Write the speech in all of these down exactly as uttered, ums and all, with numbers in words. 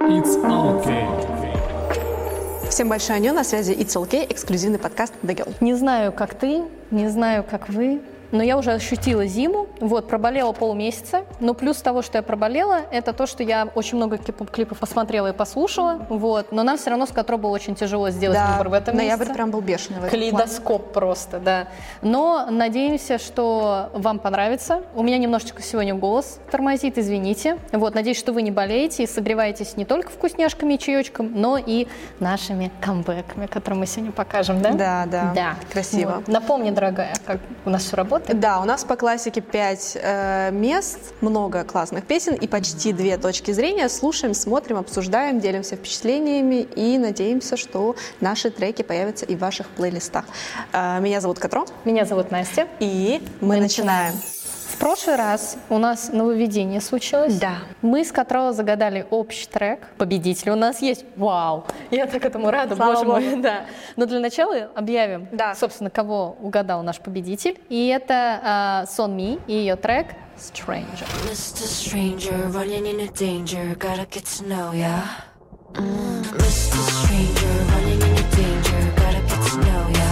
It's okay. Всем большое анё, на связи It's okay, эксклюзивный подкаст The Girl. Не знаю, как ты, не знаю, как вы, но я уже ощутила зиму, вот, проболела полмесяца, но плюс того, что я проболела, это то, что я очень много клипов посмотрела и послушала, вот, но нам все равно с Котро было очень тяжело сделать да, выбор в этом месяце. Ноябрь прям был бешеный в этом Калейдоскоп плане. просто, да. Но надеемся, что вам понравится. У меня немножечко сегодня голос тормозит, извините. Вот, надеюсь, что вы не болеете и согреваетесь не только вкусняшками и чаечком, но и нашими камбэками, которые мы сегодня покажем, да? Да, да, да. красиво. Вот. Напомни, дорогая, как у нас все работает. Да, у нас по классике пять э, мест, много классных песен и почти две точки зрения. Слушаем, смотрим, обсуждаем, делимся впечатлениями и надеемся, что наши треки появятся и в ваших плейлистах. Э, меня зовут Котро. Меня зовут Настя. И мы, мы начинаем. начинаем. В прошлый раз у нас нововведение случилось. Да. Мы с Котро загадали общий трек. Победитель у нас есть. Вау! Я так этому рада, Слава боже Богу. мой. Да. Но для начала объявим, да. собственно, кого угадал наш победитель. И это uh, Сон Ми и ее трек Stranger. Mister Stranger, running into danger, gotta get to know ya. Mm. Mister Stranger, running into danger, gotta get to know ya.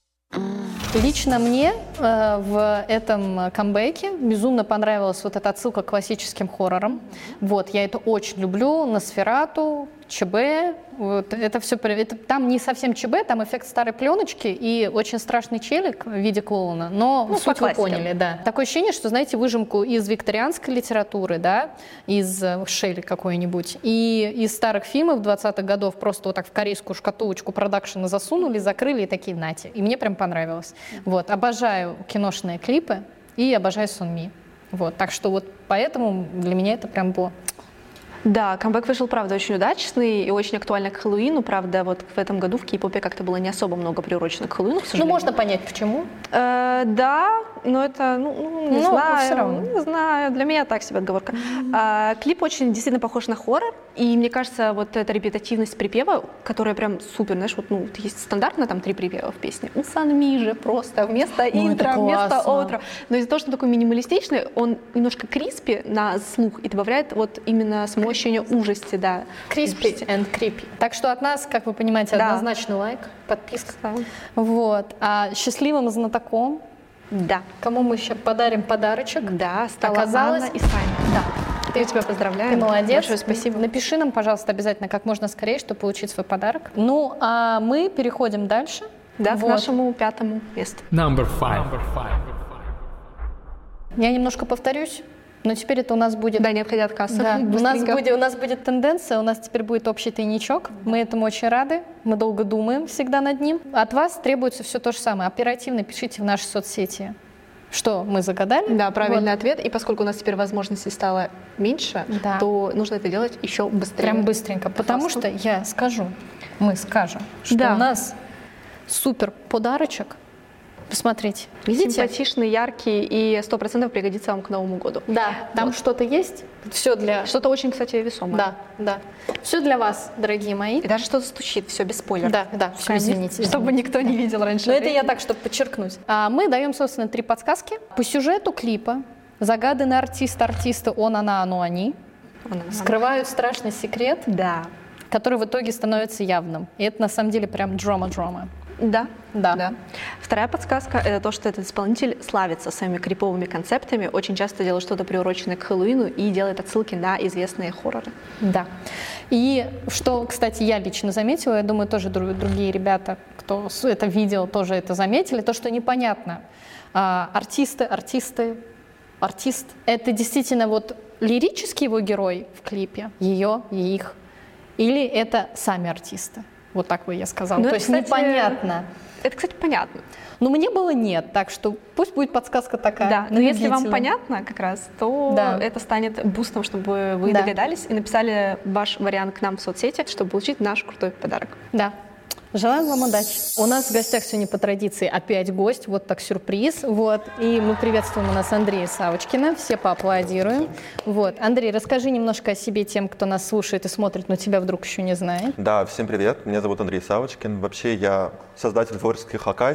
Лично мне э, в этом камбэке безумно понравилась вот эта отсылка к классическим хоррорам. Вот, я это очень люблю. Носферату, ЧБ. Вот, это все, это, там не совсем ЧБ, там эффект старой пленочки и очень страшный челик в виде клоуна. Но ну, суть вы поняли, да. Такое ощущение, что, знаете, выжимку из викторианской литературы, да, из Шелли какой-нибудь, и из старых фильмов двадцатых годов просто вот так в корейскую шкатулочку продакшена засунули, закрыли и такие нате. И мне прям понравилось. Вот, обожаю киношные клипы и обожаю Сон Ми. Вот, так что вот поэтому для меня это прям было... Да, камбэк вышел, правда, очень удачный и очень актуально к Хэллоуину. Правда, вот в этом году в кей-попе как-то было не особо много приурочено к Хэллоуину, к сожалению. Ну, можно понять, почему. Э, да, но это, ну, ну не ну, знаю, все равно. не знаю, для меня так себе отговорка. Mm-hmm. А, клип очень действительно похож на хоррор, и мне кажется, вот эта репетативность припева, которая прям супер, знаешь, вот, ну, есть стандартно там три припева в песне. У Сон Ми же просто вместо ну, интро, вместо outro. Но из-за того, что он такой минималистичный, он немножко криспи на слух и добавляет вот именно самого ощущение ужасти, да. Crispy and creepy. Так что от нас, как вы понимаете, да. однозначно лайк, подписка. Да. Вот. А счастливым знатоком, да. кому мы еще подарим подарочек, да, стала оказалось... Анна и Саня. Да. Я тебя поздравляю. Ты молодец. Большое спасибо. Напиши нам, пожалуйста, обязательно как можно скорее, чтобы получить свой подарок. Ну, а мы переходим дальше. Да, вот. к нашему пятому месту. Number five. Я немножко повторюсь. Но теперь это у нас будет... Да, не отходя от кассы. Да, у, нас будет, у нас будет тенденция, у нас теперь будет общий тайничок. Мы этому очень рады, мы долго думаем всегда над ним. От вас требуется все то же самое. Оперативно пишите в наши соцсети, что мы загадали. Да, правильный вот. ответ. И поскольку у нас теперь возможностей стало меньше, да. то нужно это делать еще быстрее. Прям быстренько. Потому что я скажу, мы скажем, что да. у нас супер подарочек. Посмотрите. Видите? Симпатичный, яркий и сто процентов пригодится вам к Новому году. Да, там вот. Что-то есть. Все для... Что-то очень, кстати, весомое. Да, да. Все для вас, дорогие мои. И даже что-то стучит, все без спойлеров. Да, да, все, извините. Чтобы никто не видел раньше. Но это я так, чтобы подчеркнуть. А мы даем, собственно, три подсказки. По сюжету клипа загаданный артист, артисты он, она, оно, они он, скрывают страшный секрет, да. который в итоге становится явным. И это на самом деле прям драма-драма. Да, да. да. Вторая подсказка – это то, что этот исполнитель славится своими криповыми концептами, очень часто делает что-то приуроченное к Хэллоуину и делает отсылки на известные хорроры. Да. И что, кстати, я лично заметила, я думаю, тоже другие ребята, кто это видел, тоже это заметили, то, что непонятно. А, артисты, артисты, артист – это действительно вот лирический его герой в клипе, ее и их, или это сами артисты? Вот так бы я сказала. Ну, то это, есть кстати, непонятно. Это, кстати, понятно. Но мне было нет, так что пусть будет подсказка такая. Да, но если вам понятно как раз, то да. это станет бустом, чтобы вы да. догадались и написали ваш вариант к нам в соцсети, чтобы получить наш крутой подарок. Да. Желаем вам удачи. У нас в гостях сегодня по традиции опять гость, вот так сюрприз. Вот. И мы приветствуем у нас Андрея Савочкина, все поаплодируем. Вот. Андрей, расскажи немножко о себе тем, кто нас слушает и смотрит, но тебя вдруг еще не знает. Да, всем привет, меня зовут Андрей Савочкин. Вообще я создатель творческих оказий,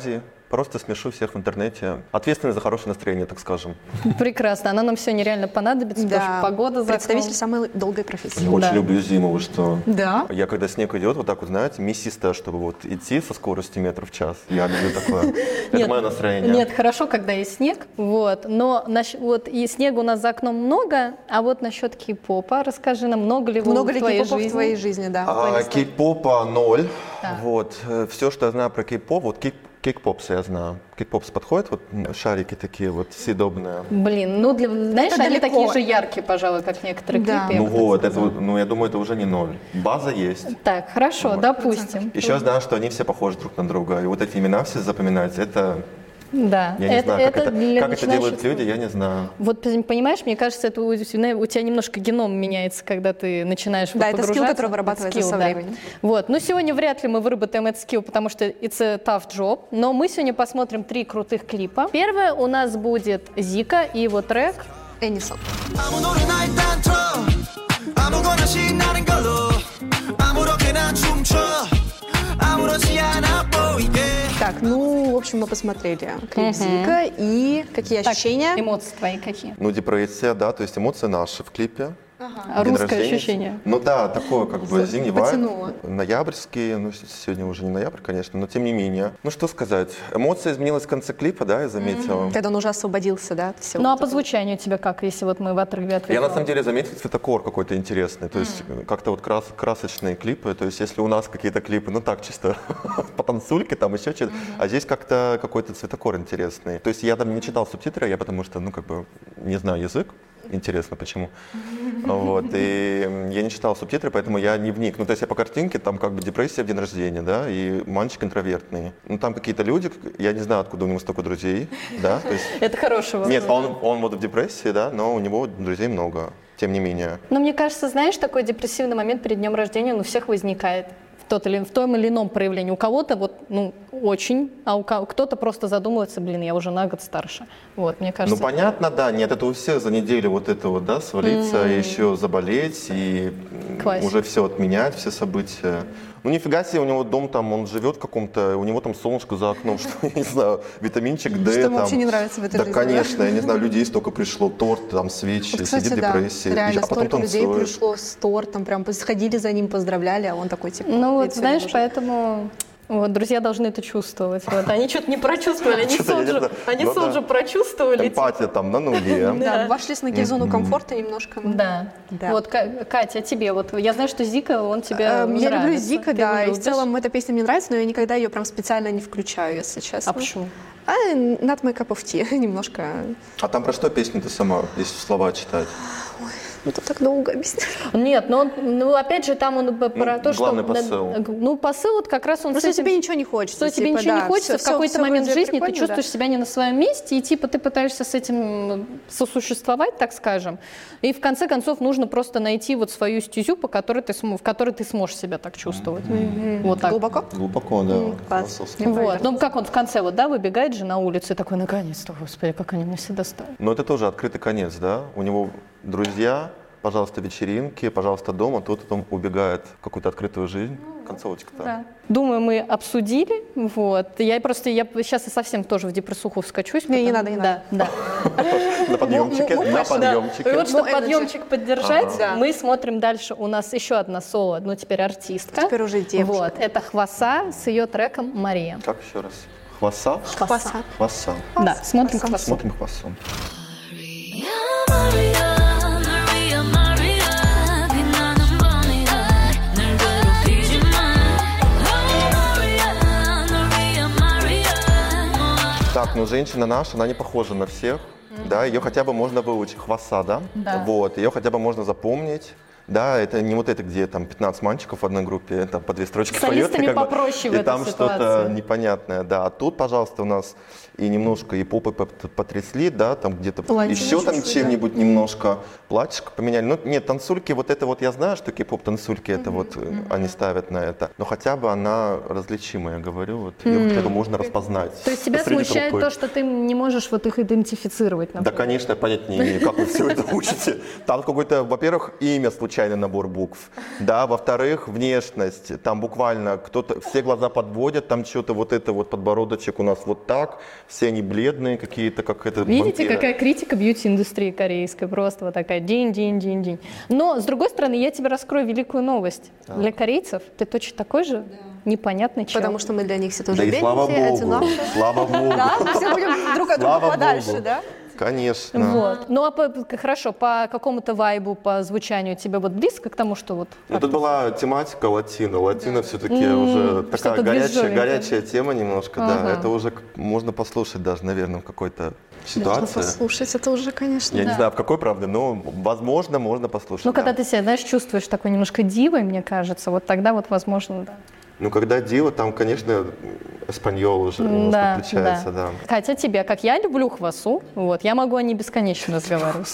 Просто смешу всех в интернете. Ответственный за хорошее настроение, так скажем. Прекрасно. Она нам сегодня реально понадобится, Да. потому что погода за Представитель окном. самой долгой профессии. Я очень Да. люблю зиму, вы что? Да. Я когда снег идет, вот так вот, знаете, мясисто, чтобы вот идти со скоростью метров в час. Я люблю такое. Это Нет, мое настроение. Нет, хорошо, когда есть снег, вот, но наш- вот и снега у нас за окном много, а вот насчет кей-попа расскажи нам, много ли его Много в ли твоей кей-попа жизни? в твоей жизни, да? А, Плейлиста. кей-попа ноль. Так. Вот. Все, что я знаю про кей-поп, вот кей- кей-попс я знаю. Кей-попс подходит, вот м, шарики такие вот съедобные. Блин, ну, для, знаешь, Это они далеко. такие же яркие, пожалуй, как некоторые Да. клипы. я Ну бы так вот, это, сказала. вот, ну я думаю, это уже не ноль. База есть. Так, хорошо, Вот. допустим. Еще я знаю, что они все похожи друг на друга. И вот эти имена все запоминать, это... Да, Я не это, знаю, как это, для как это начинающих- делают люди, я не знаю. Вот понимаешь, мне кажется, это у, у тебя немножко геном меняется, когда ты начинаешь Да, вот это скилл, погружаться. который вырабатывается Это скилл, со да. временем. Вот, но сегодня вряд ли мы выработаем этот скилл, потому что it's a tough job. Но мы сегодня посмотрим три крутых клипа. Первое у нас будет Зика и его трек. Энисон. 아무 노래나 일단 틀어 아무거나 신나는 걸로 아무렇게나 춤춰 아무렇지 않아 보이게 Так, ну, в общем, мы посмотрели клип Зика, и какие Так, ощущения? эмоции твои какие? Ну, депрессия, да, то есть эмоции наши в клипе. А День русское рождения. ощущение? Ну да, такое как бы зимний вайб. Потянуло. Ноябрьский, ну с- сегодня уже не ноябрь, конечно, но тем не менее. Ну что сказать, эмоция изменилась в конце клипа, да, я заметила. Когда он уже освободился, да, от всего. Ну а вот по этого. звучанию у тебя как, если вот мы в отрыве от Я на видео? самом деле заметил цветокор какой-то интересный, то есть э, как-то вот крас- красочные клипы, то есть если у нас какие-то клипы, ну так чисто по танцульке, там еще что-то, а здесь как-то какой-то цветокор интересный. То есть я там не читал субтитры, я потому что, ну как бы, не знаю язык, интересно почему. Вот, и м, я не читал субтитры, поэтому я не вник. Ну то есть я по картинке, там как бы депрессия в день рождения, да, и мальчик интровертный. Ну там какие-то люди, я не знаю, откуда у него столько друзей, да, то есть... Это хорошего. Нет, он, он вот в депрессии, да, но у него друзей много, тем не менее. Но мне кажется, знаешь, такой депрессивный момент перед днем рождения он у всех возникает. В, тот или, в том или ином проявлении. У кого-то вот, ну, очень, а у ко- кто-то просто задумывается, блин, я уже на год старше. Вот, мне кажется. Ну понятно, да, нет, это у всех за неделю вот это вот, да, свалиться, и еще заболеть, и м, Класс. уже все отменять, все события. Ну нифига себе, у него дом там, он живет в каком-то, у него там солнышко за окном, что, я не знаю, витаминчик D. Что ему там. вообще не нравится в этой Да, жизни, да? конечно, я не знаю, людей столько пришло, торт, там, свечи, Вот, кстати, сидит в да, депрессии, реально, а потом столько людей танцует. пришло с тортом, прям сходили за ним, поздравляли, а он такой, типа... Ну вот, «Видите, знаешь, уже». поэтому вот, друзья должны это чувствовать. Вот. Они что-то не прочувствовали, они Что-то я не соджу, знаю. они Ну да. соджу прочувствовали. типа. Эмпатия там на нуле. Да, вошли с ноги в зону комфорта немножко. Да. Да. Вот, Ка- Катя, тебе, вот я знаю, что Зика, он тебе Эм, Я люблю нравится. Зика, Ты да, его и в любишь? целом эта песня мне нравится, но я никогда ее прям специально не включаю, если честно. А почему? А, not my cup of tea, немножко. А там про что песня ты сама, если слова читать? Ну, это так долго объяснять. Нет, но он, ну опять же там он п- про Ну, то, что... главный посыл. Ну посыл вот как раз он Просто с этим... тебе ничего не хочется. Что тебе типа, ничего да, не хочется, всё- в какой-то всё- всё момент вроде жизни ты прикольно, чувствуешь да. себя не на своем месте, и типа ты пытаешься с этим м, сосуществовать, так скажем. И в конце концов нужно просто найти вот свою стезю, по которой ты, см- в которой ты сможешь себя так чувствовать. Вот так. Глубоко? Глубоко, да. класс. философски. Вот. Ну, как он в конце, вот, да, выбегает же на улицу и такой, наконец-то, господи, как они меня все достали. Но это тоже открытый конец, да? У него друзья, пожалуйста, вечеринки, пожалуйста, дома, тут потом убегает в какую-то открытую жизнь. Концовочка-то. Да. Думаю, мы обсудили, вот. Я просто, я сейчас и совсем тоже в депрессуху вскочусь. Не, не потому- надо, не да, надо. Да. На подъемчике, Ну, ну, на конечно, Да. И подъемчике. вот, чтобы Ну, energy. подъемчик поддержать, Ага. мы смотрим дальше. У нас еще одна соло, ну теперь артистка. Теперь уже девушка. Вот, это Хваса с ее треком «Мария». Как еще раз? Хваса? Хваса. Хваса. Да, смотрим Хваса. Хвасу. Смотрим хвасу. Maria, Maria, Maria, 빛나는 밤이야 날 괴롭히지 마. Oh, Maria, Maria, Maria. Так, ну женщина наша, она не похожа на всех. Да, ее хотя бы можно выучить. Хваса, да? Да. Вот, ее хотя бы можно запомнить. Да, это не вот это, где там пятнадцать мальчиков в одной группе, там по две строчки С солистами поет, и, как бы, попроще в и этой там что-то ситуации. непонятное, да. А тут, пожалуйста, у нас и немножко и попы поп- потрясли, да, там где-то Платье еще там чуть-чуть, чем-нибудь немножко, платьишко поменяли. Ну, нет, танцульки, вот это вот я знаю, что кей-поп танцульки, это вот э, они ставят на это. Но хотя бы она различимая, я говорю, вот ее хотя бы можно распознать. То есть тебя посреди смущает толпы. то, что ты не можешь вот их идентифицировать, Да, например? конечно, понять не имею, как вы все это учите. Там какое-то, во-первых, имя случайно случайный набор букв. Да, во-вторых, внешность. Там буквально кто-то, все глаза подводят, там что-то вот это вот подбородочек у нас вот так, все они бледные какие-то, как это. Видите, вампиры. какая критика бьюти-индустрии корейской, просто вот такая день-день-день-день. Но, с другой стороны, я тебе раскрою великую новость. Да. Для корейцев ты точно такой же да. непонятный человек. Потому что мы для них все тоже да бедные, и слава Богу, одинокие. Слава Богу. Да, мы все будем друг от друга подальше, да? Конечно. Вот. Ну а по, хорошо, по какому-то вайбу, по звучанию тебе вот близко к тому, что вот... Ну, тут была тематика латино. Латино да. все-таки mm, уже такая горячая, горячая тема немножко, ага. да. Это уже можно послушать даже, наверное, в какой-то ситуации. Можно послушать, это уже, конечно. Я да. не знаю, в какой, правда, но, возможно, можно послушать. Ну, да. когда ты себя, знаешь, чувствуешь такой немножко дивой, мне кажется, вот тогда вот, возможно, да. Ну, когда дива, там, конечно, эспаньол уже немножко да, включается, да. да. Хотя тебя, как я люблю хвасу, вот, я могу о ней бесконечно разговаривать.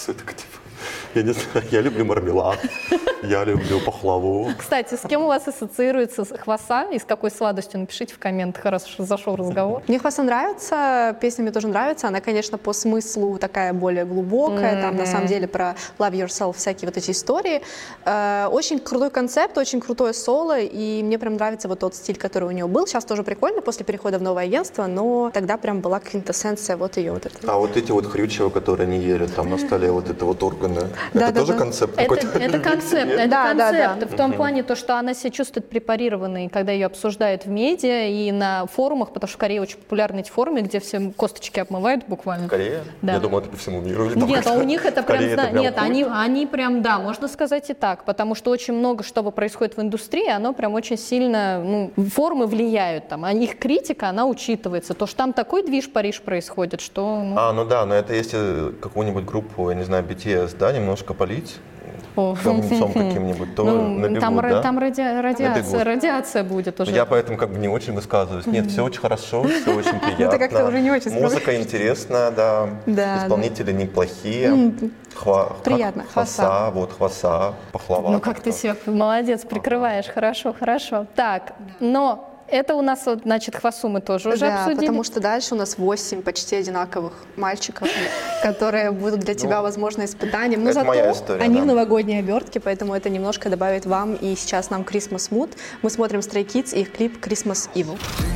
Я не знаю, я люблю мармелад, я люблю пахлаву. Кстати, с кем у вас ассоциируется хваса и с какой сладостью? Напишите в комментах, раз уж зашел разговор. Мне хваса нравится, песня мне тоже нравится. Она, конечно, по смыслу такая более глубокая, mm-hmm. там на самом деле про love yourself, всякие вот эти истории. Э, очень крутой концепт, очень крутое соло, и мне прям нравится вот тот стиль, который у нее был. Сейчас тоже прикольно, после перехода в новое агентство, но тогда прям была квинтэссенция вот ее вот это. А вот эти вот хрючево, которые они ели там на столе, вот это вот органы. Да, это да, тоже да. концепт это, какой-то? Это концепт, это да, концепт. Да, да. В том плане, то, что она себя чувствует препарированной, когда ее обсуждают в медиа и на форумах, потому что в Корее очень популярны эти форумы, где все косточки обмывают буквально. В Корее? Да. Я думал, это по всему миру. Нет, а у них это прям, это прям нет, они, они прям, да, можно сказать и так, потому что очень много, что происходит в индустрии, оно прям очень сильно, ну, форумы влияют там, а их критика, она учитывается, то, что там такой движ Париж происходит, что... Ну... А, ну да, но это если какую-нибудь группу, я не знаю, би ти эс, да, немножко полить, говнецом каким-нибудь, то ну, набегут, там, да? Там ради, радиация, радиация будет уже. Я поэтому как бы не очень высказываюсь. Нет, все очень хорошо, все очень приятно. Это как-то уже не очень Музыка интересная, да. Да, исполнители неплохие. Хва... Приятно. Хваса, вот хваса, пахлава. Ну как ты себя молодец, прикрываешь, хорошо, хорошо. Так, но... Это у нас, значит, хвасу мы тоже уже да, обсудили. Потому что дальше у нас восемь почти одинаковых мальчиков, которые будут для тебя, возможно, испытанием. Но зато они в новогодней обертке, поэтому это немножко добавит вам и сейчас нам Christmas Mood. Мы смотрим Stray Kids и их клип Christmas Evil.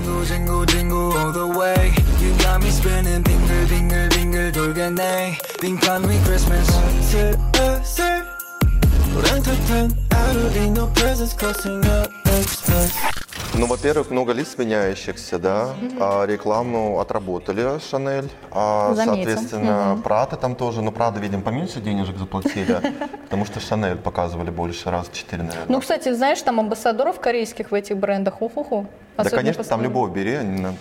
Ну, во-первых, много лиц меняющихся, да, mm-hmm. а рекламу отработали Шанель, а, соответственно, mm-hmm. Прада там тоже, но Прада, видим, поменьше денежек заплатили, потому что Шанель показывали больше, раз четыре, наверное. Ну, кстати, знаешь, там амбассадоров корейских в этих брендах, ху-ху-ху. Да, конечно, там любого бери,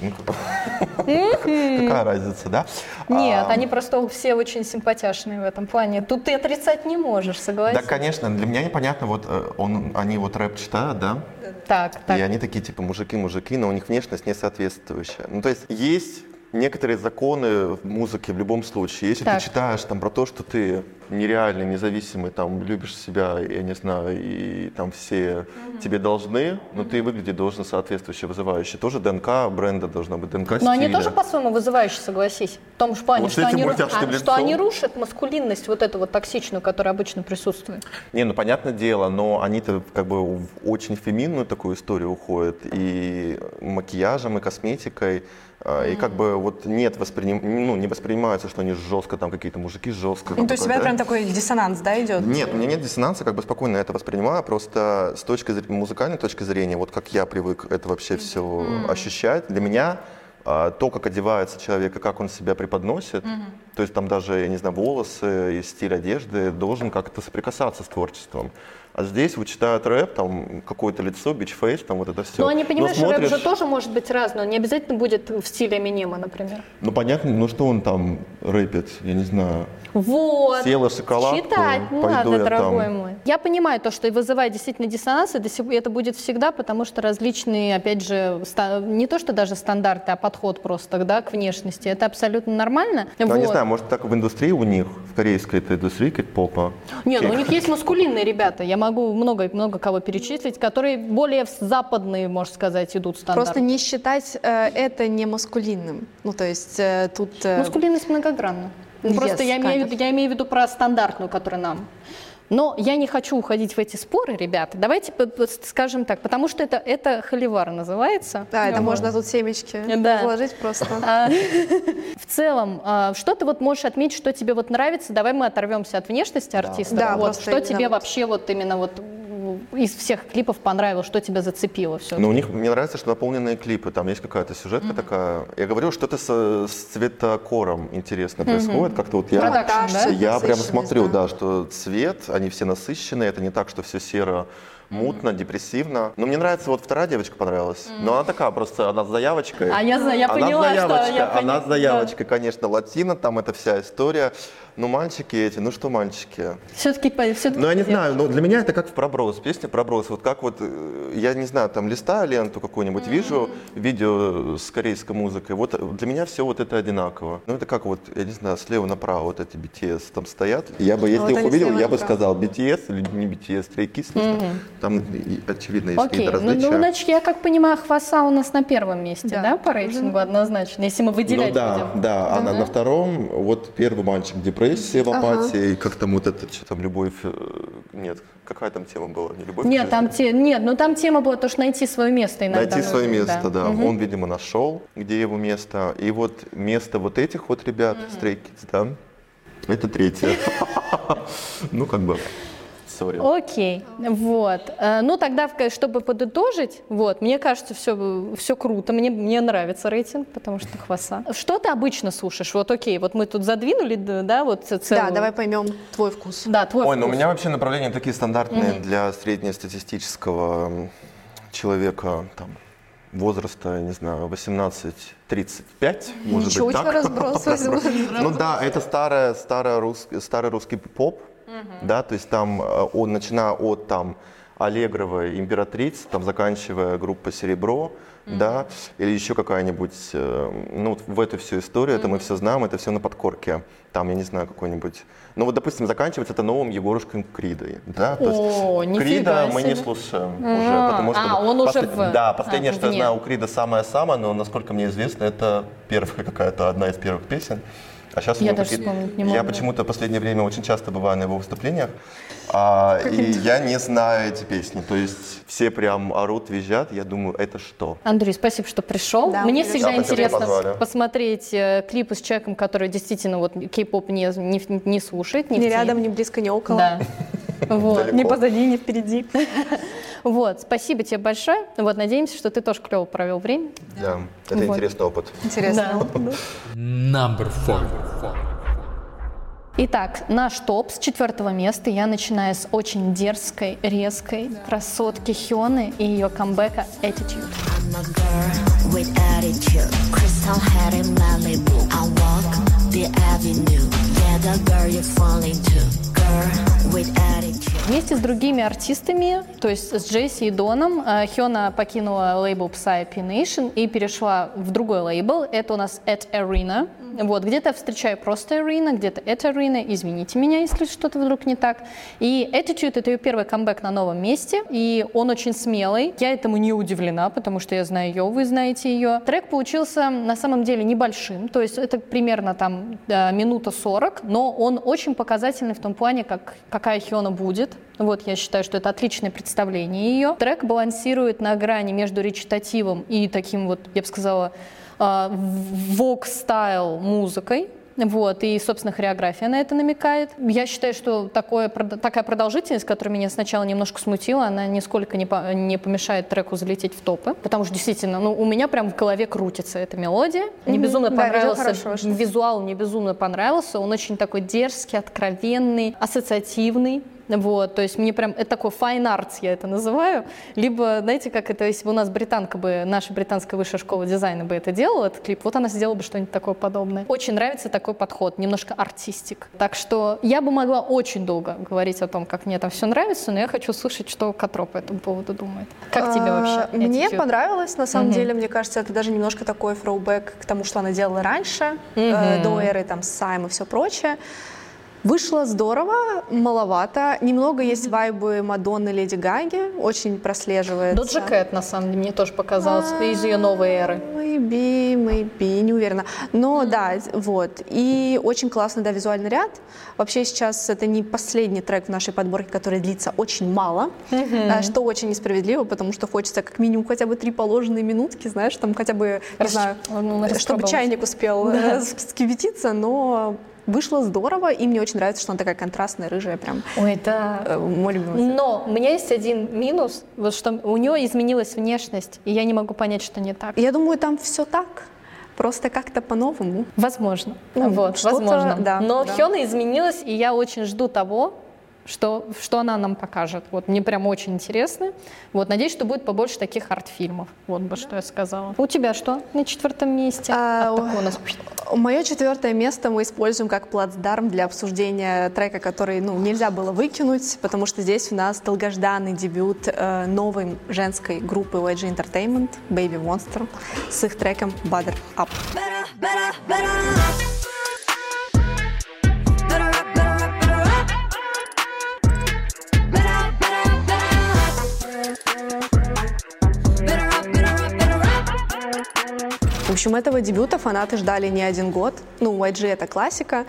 какая разница, да? Нет, они просто все очень симпатяшные в этом плане. Тут ты отрицать не можешь, согласен? Да, конечно, для меня непонятно, вот он, они вот рэп читают, да? Так, так. И они такие, типа, мужики-мужики, но у них внешность не соответствующая. Ну, то есть есть некоторые законы в музыке в любом случае. Если так. ты читаешь там про то, что ты нереальный, независимый, там, любишь себя, я не знаю, и там все mm-hmm. тебе должны, но ты выглядеть должен соответствующе, вызывающе. Тоже ДНК бренда должна быть, ДНК стиля. Но они тоже по-своему вызывающие, согласись. В том же плане, вот что, они, а, что они рушат маскулинность, вот эту вот токсичную, которая обычно присутствует. Не, ну, понятное дело, но они-то как бы в очень феминную такую историю уходят, и макияжем, и косметикой. Mm. И как бы вот нет восприним... ну, не воспринимается, что они жестко, там какие-то мужики жестко. Ну, то есть у тебя да? прям такой диссонанс, да, идет? Нет, у меня нет диссонанса, как бы спокойно это воспринимаю, просто с точки зрения, музыкальной точки зрения, вот как я привык это вообще все mm. ощущать, для меня а, то, как одевается человек и как он себя преподносит, mm-hmm. то есть там даже, я не знаю, волосы и стиль одежды должен как-то соприкасаться с творчеством. А здесь вот читают рэп, там какое-то лицо, бичфейс, там вот это все. Ну, они понимают, смотришь... рэп же тоже может быть разный, он не обязательно будет в стиле Эминема, например. Ну, понятно, ну что он там рэпит, я не знаю. Вот. Съела шоколадку, читать не пойду надо, я дорогой там... мой. Я понимаю то, что и вызывает действительно диссонанс, и это будет всегда, потому что различные, опять же, не то что даже стандарты, а подход просто, да, к внешности. Это абсолютно нормально. Ну, вот. Не знаю, может так в индустрии у них, в корейской этой индустрии кей-попа. Не, ну у них есть маскулинные ребята, я могу много много кого перечислить, которые более западные, можно сказать, идут стандарты. Просто не считать э, это не маскулинным. Ну, то есть э, тут... Э... Маскулинность многогранна. Ну, просто я имею, я имею в виду про стандартную, которая нам Но я не хочу уходить в эти споры, ребята. Давайте скажем так, потому что это, это холивар называется. Да, это можно тут семечки да. вложить просто. А, в целом, что ты вот можешь отметить, что тебе вот нравится? Давай мы оторвемся от внешности артиста. Да, вот, что тебе вот. вообще вот именно вот из всех клипов понравилось, что тебя зацепило все? Ну, у них, мне нравится, что наполненные клипы, там есть какая-то сюжетка mm-hmm. такая. Я говорю, что-то с, с цветокором интересно mm-hmm. происходит, как-то вот я, Продакшн, да? я прям смотрю, да, что цвет, они все насыщенные, это не так, что все серо, мутно, депрессивно. Но мне нравится, вот вторая девочка понравилась. Mm. Но она такая просто, она с заявочкой. А я, я она поняла, заявочка, что... Я она пони... с заявочкой, да. Конечно, латино, там эта вся история. Ну, мальчики эти, ну что мальчики? Все-таки... все-таки ну, я не знаю, но для меня это как в «Проброс», песня «Проброс». Вот как вот, я не знаю, там листаю ленту какую-нибудь, mm-hmm. вижу видео с корейской музыкой, вот для меня все вот это одинаково. Ну, это как вот, я не знаю, слева направо вот эти би ти эс там стоят. Я бы, если вот их увидел, я бы направо. сказал би ти эс или не би ти эс, Stray Kids, mm-hmm. там очевидно есть Окей, какие-то ну, различия. ну, значит, я как понимаю, Хваса у нас на первом месте, да, да? по рейтингу однозначно, если мы выделять ну, да, будем. да, Да. она на втором, вот первый мальчик депрессия в апатии, ага. и как там вот это, что там, любовь, нет, какая там тема была, не любовь? Нет, там те, нет, ну там тема была то, что найти свое место иногда. Найти свое место, да. да. Угу. Он, видимо, нашел, где его место, и вот место вот этих вот ребят, угу. Stray Kids, да, это третье. Ну, как бы... Sorry. Окей, вот. Ну тогда, чтобы подытожить, вот, мне кажется, все, все круто, мне, мне нравится рейтинг, потому что Хваса. Что ты обычно слушаешь? Вот окей, вот мы тут задвинули, да, вот целую... Да, давай поймем твой вкус. Да, твой Ой, вкус. ну у меня вообще направления такие стандартные Mm-hmm. для среднестатистического человека, там, возраста, не знаю, восемнадцать тридцать пять, может Ничего быть, так. разброс. Ну да, это старый, старый, русский, старый русский поп, Uh-huh. да, то есть там, он, начиная от там Аллегровой «Императрицы», там, заканчивая группа «Серебро», uh-huh. да, или еще какая-нибудь, ну, в эту всю историю, uh-huh. это мы все знаем, это все на подкорке, там, я не знаю, какой-нибудь, ну, вот, допустим, заканчивается это новым Егорушкой Кридой, да, то О, есть Крида мы не слушаем uh-huh. уже, потому что... А, он после... уже в... Да, последнее, а, что я знаю, у Крида самое-самое, но, насколько мне известно, это первая какая-то, одна из первых песен. А сейчас я у него даже вспомнить не могу. Я почему-то в последнее время очень часто бываю на его выступлениях, а, и я не знаю эти песни. То есть все прям орут, визжат, я думаю, это что? Андрей, спасибо, что пришел. Да, Мне да, всегда спасибо, интересно что позвали. посмотреть э, клипы с человеком, который действительно вот кей-поп не, не, не слушает. Не Ни в теме. рядом, ни близко, ни около. Да. Вот. Ни позади, ни впереди. Вот, спасибо тебе большое. Вот, надеемся, что ты тоже клево провел время. Да, это Вот. интересный опыт. Интересно. Number four. Итак, наш топ с четвертого места. Я начинаю с очень дерзкой, резкой красотки Хёны и ее камбэка Attitude. I'm a girl with attitude. Crystal head in Malibu. I walk the avenue. Yeah, the girl you're falling to. Girl with attitude. Вместе с другими артистами, то есть с Джесси и Доном, Хёна покинула лейбл Psy P Nation и перешла в другой лейбл. Это у нас At Arena. Вот, где-то я встречаю просто Arena, где-то At Arena. Извините меня, если что-то вдруг не так. И Attitude — это ее первый камбэк на новом месте, и он очень смелый. Я этому не удивлена, потому что я знаю ее, вы знаете ее. Трек получился на самом деле небольшим, то есть это примерно там минута сорок, но он очень показательный в том плане, как, какая Хёна будет. Вот, я считаю, что это отличное представление ее. Трек балансирует на грани между речитативом и таким вот, я бы сказала, вок-стайл музыкой. Вот, и, собственно, хореография на это намекает. Я считаю, что такое, такая продолжительность, которая меня сначала немножко смутила, она нисколько не, по, не помешает треку залететь в топы, потому что, действительно, ну, у меня прям в голове крутится эта мелодия. Мне безумно да, понравился хорошо, визуал, мне безумно понравился. Он очень такой дерзкий, откровенный, ассоциативный. Вот, то есть мне прям, это такой fine arts, я это называю. Либо, знаете, как это, если бы у нас британка бы, наша британская высшая школа дизайна бы это делала, этот клип, вот она сделала бы что-нибудь такое подобное. Очень нравится такой подход, немножко артистик. Так что я бы могла очень долго говорить о том, как мне там все нравится, но я хочу слышать, что Катро по этому поводу думает. Как тебе вообще? Мне понравилось, на самом деле, мне кажется, это даже немножко такой тhrowback к тому, что она делала раньше, до эры там Сайм и все прочее. Вышло здорово, маловато. Немного есть вайбы Мадонны, Леди Гаги, очень прослеживается. Доджа Кэт, на самом деле, мне тоже показалось, из ее новой эры. Maybe, maybe, не уверена. Но mm. да, вот. И очень классный, да, визуальный ряд. Вообще сейчас это не последний трек в нашей подборке, который длится очень мало, mm-hmm. что очень несправедливо, потому что хочется как минимум хотя бы три положенные минутки, знаешь, там хотя бы, не знаю, ну, чтобы чайник успел да. скипятиться, но... Вышло здорово, и мне очень нравится, что она такая контрастная, рыжая, прям. Ой, да. Мой любимый. Но у меня есть один минус, вот что у нее изменилась внешность, и я не могу понять, что не так. Я думаю, там все так, просто как-то по-новому. Возможно, ну, вот, возможно. Да, Но да. Хёна изменилась, и я очень жду того, что, что она нам покажет. Вот, мне прям очень интересно. Вот, надеюсь, что будет побольше таких арт-фильмов. Вот бы, да. что я сказала. У тебя что на четвертом месте? А, а такое у нас... Мое четвертое место мы используем как плацдарм для обсуждения трека, который ну, нельзя было выкинуть, потому что здесь у нас долгожданный дебют э, новой женской группы уай джи Entertainment, Baby Monster, с их треком Butter Up. Better, better, better. В общем, этого дебюта фанаты ждали не один год. Ну, уай джи — это классика.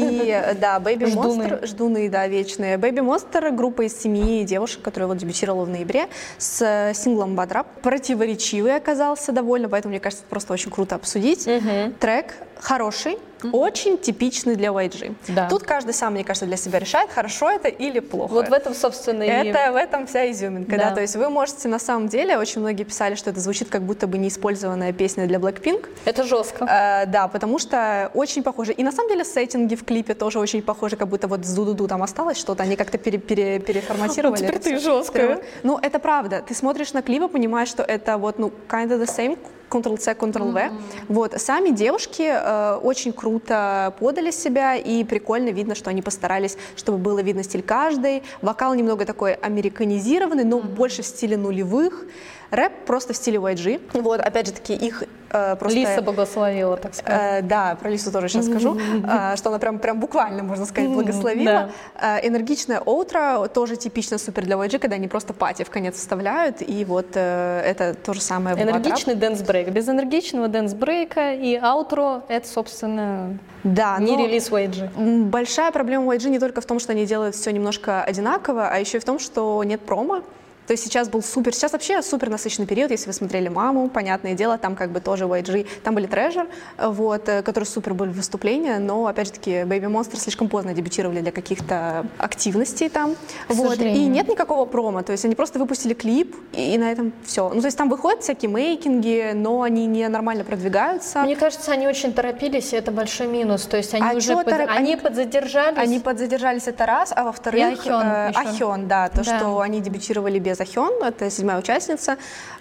И, да, Baby Monster, ждуны, да, вечные. Baby Monster — группа из семи девушек, которая вот дебютировала в ноябре с синглом Butter Up. Противоречивый оказался довольно, поэтому, мне кажется, просто очень круто обсудить. Mm-hmm. Трек хороший, mm-hmm. очень типичный для уай джи. Да. Тут каждый сам, мне кажется, для себя решает, хорошо это или плохо. Вот в этом, собственно, и... Это в этом вся изюминка, да. да. То есть вы можете, на самом деле, очень многие писали, что это звучит как будто бы неиспользованная песня для Blackpink. Это жестко. Э, да, потому что очень похоже. И на самом деле сеттинги в клипе тоже очень похожи, как будто вот с ду-ду-ду там осталось что-то, они как-то пере, пере, переформатировали. Теперь ты жесткая. Ну, это правда. Ты смотришь на клип и понимаешь, что это вот, ну, kind of the same, контрол-C, контрол-V. Mm-hmm. Вот. Сами девушки э, очень круто подали себя, и прикольно видно, что они постарались, чтобы было видно стиль каждой. Вокал немного такой американизированный, но mm-hmm. больше в стиле нулевых. Рэп просто в стиле уай джи. Вот, опять же таки, их э, просто... Лиса благословила, так сказать. Э, да, про Лису тоже сейчас скажу, э, что она прям, прям буквально, можно сказать, благословила. Да. Э, энергичная оутро, тоже типично супер для уай джи, когда они просто пати в конец вставляют, и вот э, это то же самое в энергичный дэнс-брейк. Без энергичного дэнс-брейка и аутро — это, собственно, да, не релиз уай джи. Большая проблема уай джи не только в том, что они делают все немножко одинаково, а еще и в том, что нет промо. То есть сейчас был супер, сейчас вообще супер насыщенный период, если вы смотрели «Маму», понятное дело, там как бы тоже уай джи, там были Treasure, вот, которые супер были выступления, но, опять же таки, Baby Monster слишком поздно дебютировали для каких-то активностей там, вот, и нет никакого промо, то есть они просто выпустили клип, и, и на этом все. Ну, то есть там выходят всякие мейкинги, но они не нормально продвигаются. Мне кажется, они очень торопились, и это большой минус, то есть они а уже, под... тороп... они, они подзадержались. Они подзадержались, это раз, а во-вторых, Ахён, э, Ахён, да, то, да. что они дебютировали без Ахён, это седьмая участница,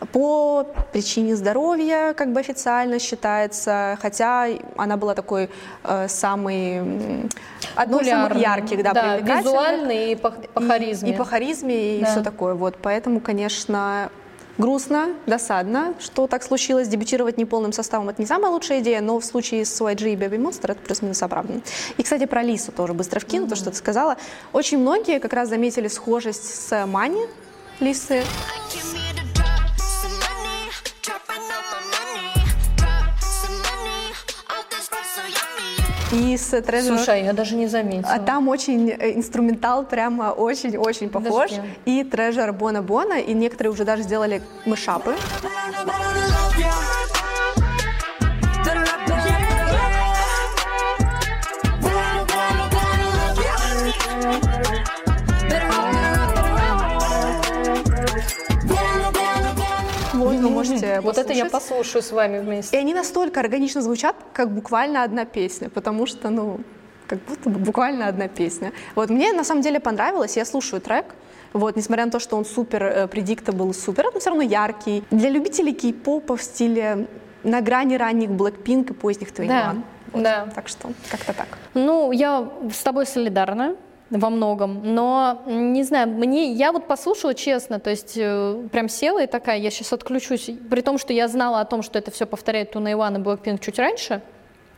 по причине здоровья, как бы официально считается, хотя она была такой э, самый, одной из самых ярких, да, да, визуальный и по, по харизме. И, и по харизме, и да. все такое, вот, поэтому, конечно... Грустно, досадно, что так случилось. Дебютировать неполным составом — это не самая лучшая идея, но в случае с уай джи и Baby Monster это плюс-минус оправдано. И, кстати, про Лису тоже быстро вкину, mm-hmm. то, что ты сказала. Очень многие как раз заметили схожесть с Мани Лисы. И с Treasure. Слушай, я даже не заметила. А там очень инструментал прямо очень-очень похож. Подожди. И Treasure Бона Бона, и некоторые уже даже сделали мышапы. Вы можете вот это я послушаю с вами вместе. И они настолько органично звучат, как буквально одна песня, потому что, ну, как будто бы буквально одна песня. Вот мне на самом деле понравилось, я слушаю трек, вот, несмотря на то, что он супер предиктабл, супер, он все равно яркий. Для любителей кей-попа в стиле на грани ранних Blackpink и поздних Twenty One. Да, вот, да. Так что как-то так. Ну, я с тобой солидарна во многом, но, не знаю, мне, я вот послушала честно, то есть э, прям села и такая, я сейчас отключусь, при том, что я знала о том, что это все повторяет Twenty One и Blackpink чуть раньше,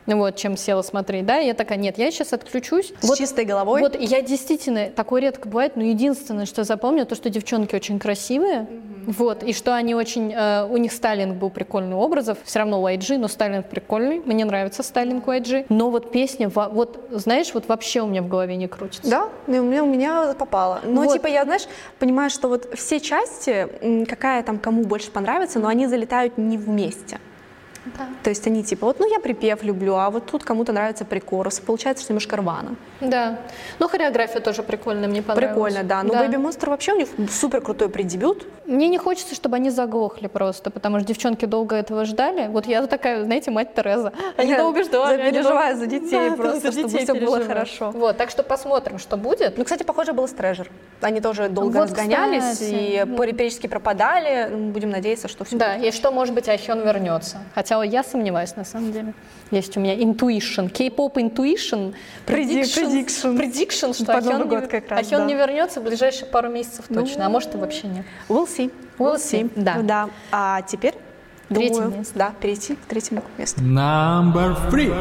вот, чем села смотреть, да, и я такая, нет, я сейчас отключусь. С вот, чистой головой. Вот, я действительно, такое редко бывает, но единственное, что я запомнила, то, что девчонки очень красивые, mm-hmm. вот, и что они очень, э, у них стайлинг был прикольный образов, все равно у ай джи, но стайлинг прикольный, мне нравится стайлинг у ай джи, но вот песня, вот, знаешь, вот вообще у меня в голове не крутится. Да, у меня, у меня попало. Но, Вот. типа, я, знаешь, понимаю, что вот все части, м, какая там кому больше понравится, но они залетают не вместе. Да. То есть они типа, вот, ну я припев люблю, а вот тут кому-то нравится прикорус. Получается, что немножко рвано. Да. Ну, хореография тоже прикольная, мне понравилась. Прикольно, да. Но Baby Monster вообще у них супер крутой преддебют. Мне не хочется, чтобы они заглохли просто, потому что девчонки долго этого ждали. Вот я такая, знаете, мать Тереза. Они Я долго ждали. за- они переживаю долго- за детей Да, просто, за чтобы детей всё было переживаю. хорошо. Вот, так что посмотрим, что будет. Ну, кстати, похоже было с Treasure. Они тоже долго Вот, разгонялись кстати. и периодически пропадали. Ну, будем надеяться, что все Да, и что, может быть, Ахён вернется. Хотя я сомневаюсь, на самом деле. Есть у меня intuition, кей-поп intuition, Prediction. prediction, prediction, что Под Новый Ахён, год не, как раз, Ахён да. не вернется в ближайшие пару месяцев точно, а может и вообще нет. We'll see. We'll see, да. Да. А теперь, Третье думаю, место. да, перейти к третьему месту. Number three.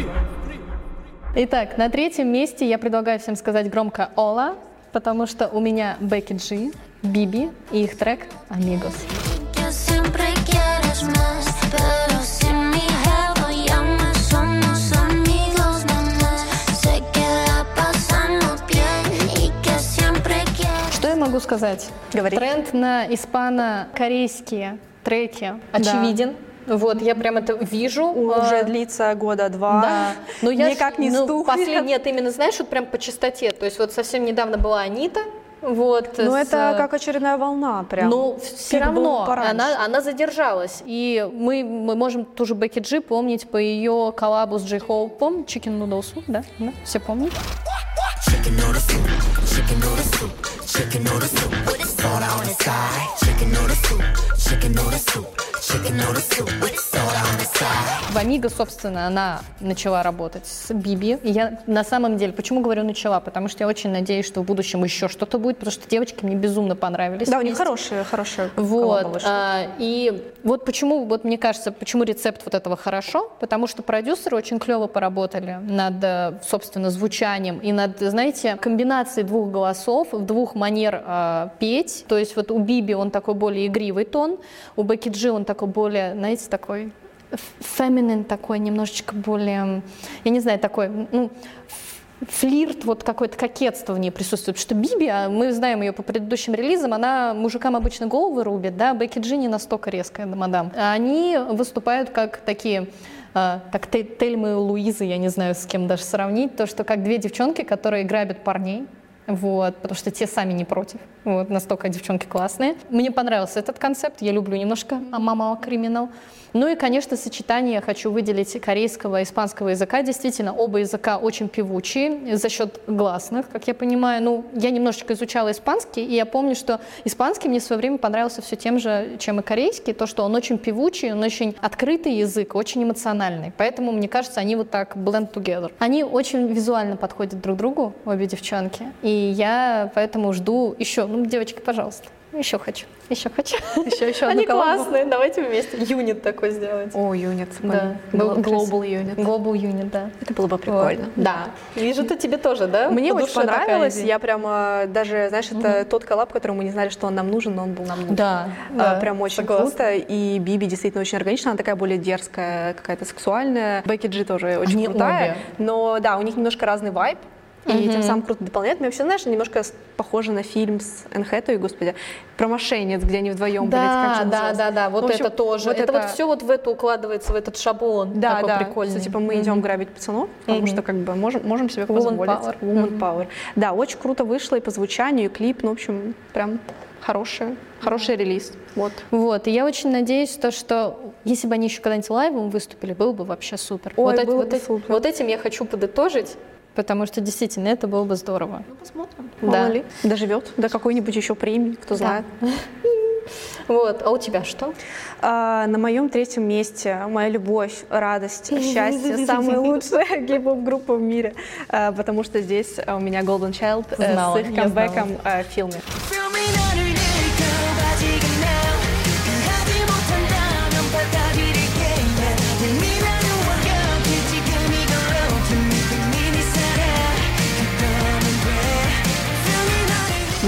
Итак, на третьем месте я предлагаю всем сказать громко «Ола», потому что у меня Бекки Джи, Биби и их трек «Amigos». Que siempre quieres más, pero sin mi jevo llama, somos amigos nada más. Sé que la pasamos bien y que siempre quieres. Что я могу сказать? Говори. Тренд на испано-корейские треки очевиден. Вот, я прям это вижу. Уже А, длится года два. Да, но я Никак не ну, стухнет. послед- Нет, именно знаешь, вот прям по частоте. То есть вот совсем недавно была Анита. Вот, Ну, с- это как очередная волна прям. Но все Пик был равно пораньше. она, она задержалась. И мы, мы можем ту же Бекки Джи помнить по ее коллабу с Джей Хоупом, Chicken Noodle Soup, да? да? Все помнят? Chicken noodle soup, chicken noodle soup, chicken noodle soup with the soda on the side. Chicken noodle soup, chicken noodle soup, chicken noodle soup with the soda on the side. В Амиго, собственно, она начала работать с Биби. И я на самом деле, почему говорю начала? Потому что я очень надеюсь, что в будущем еще что-то будет, потому что девочки мне безумно понравились. Да, у них вместе. хорошие, хорошие Вот, коллабы вышли. а, и вот почему, вот мне кажется, почему рецепт вот этого хорошо, потому что продюсеры очень клево поработали над, э, собственно, звучанием и над, знаете, комбинацией двух голосов, двух манер э, петь. То есть вот у Биби он такой более игривый тон, у Бекки Джи он такой более, знаете, такой феминин, такой немножечко более, я не знаю, такой, ну, флирт, вот какое-то кокетство в ней присутствует. Потому что Биби, а мы знаем ее по предыдущим релизам, она мужикам обычно головы рубит, да, Бекки Джи не настолько резкая, да, мадам. А они выступают как такие, а, так Те- Тельма и Луиза, я не знаю, с кем даже сравнить, то, что как две девчонки, которые грабят парней, вот, потому что те сами не против. Вот, настолько девчонки классные. Мне понравился этот концепт, я люблю немножко «Мама криминал». Ну и, конечно, сочетание хочу выделить корейского и испанского языка. Действительно, оба языка очень певучие за счет гласных, как я понимаю. Ну, я немножечко изучала испанский, и я помню, что испанский мне в свое время понравился все тем же, чем и корейский, то, что он очень певучий, он очень открытый язык, очень эмоциональный. Поэтому, мне кажется, они вот так blend together. Они очень визуально подходят друг другу, обе девчонки. И я поэтому жду еще, ну, девочки, пожалуйста. Еще хочу, еще хочу. Еще, еще Они одну коллабу. классные, давайте вместе юнит такой сделать. О, юнит. Да, Гл- было бы Global красиво. юнит. Global Unit, да. Это было бы прикольно. Вот. Да. Вижу, то тебе тоже, да? Мне По очень душе такая понравилось. идея. Я прямо даже, знаешь, это тот коллаб, который мы не знали, что он нам нужен, но он был нам нужен. Да, А, да, прям очень согласна. круто. И Биби действительно очень органична. Она такая более дерзкая, какая-то сексуальная. Бекки Джи тоже очень Они крутая. обе. Но да, у них немножко разный вайб. И тем самым круто дополняет. Мне вообще, знаешь, немножко с- похоже на фильм с Энн Хэтэуэй, господи, про мошенниц, где они вдвоем были. Да, как же да, называлось? да, да, вот В общем, это тоже. вот это, вот все вот в это укладывается, в этот шаблон. Да, такой да, прикольный. что типа мы идем грабить пацанов, потому что как бы можем, можем себе Woman позволить. power. Woman power. Да, очень круто вышло и по звучанию, и клип, ну, в общем, прям хороший, хороший релиз. Вот. Вот, и я очень надеюсь, то, что если бы они еще когда-нибудь лайвом выступили, было бы вообще супер. Ой, вот, эти- было вот бы эти- супер. вот этим я хочу подытожить, потому что действительно это было бы здорово. Ну, посмотрим. Да. Мало ли, доживет до какой-нибудь еще премии, кто знает. Вот, а у тебя что? А, на моем третьем месте моя любовь, радость, счастье, самая лучшая гей-поп-группа в мире, А, потому что здесь у меня Golden Child э, Знала, с их я камбэком э, Feel Me. Feel me 나를 느껴가지고 now 하지 못한다면 받아들일게 미라는 완벽해 지금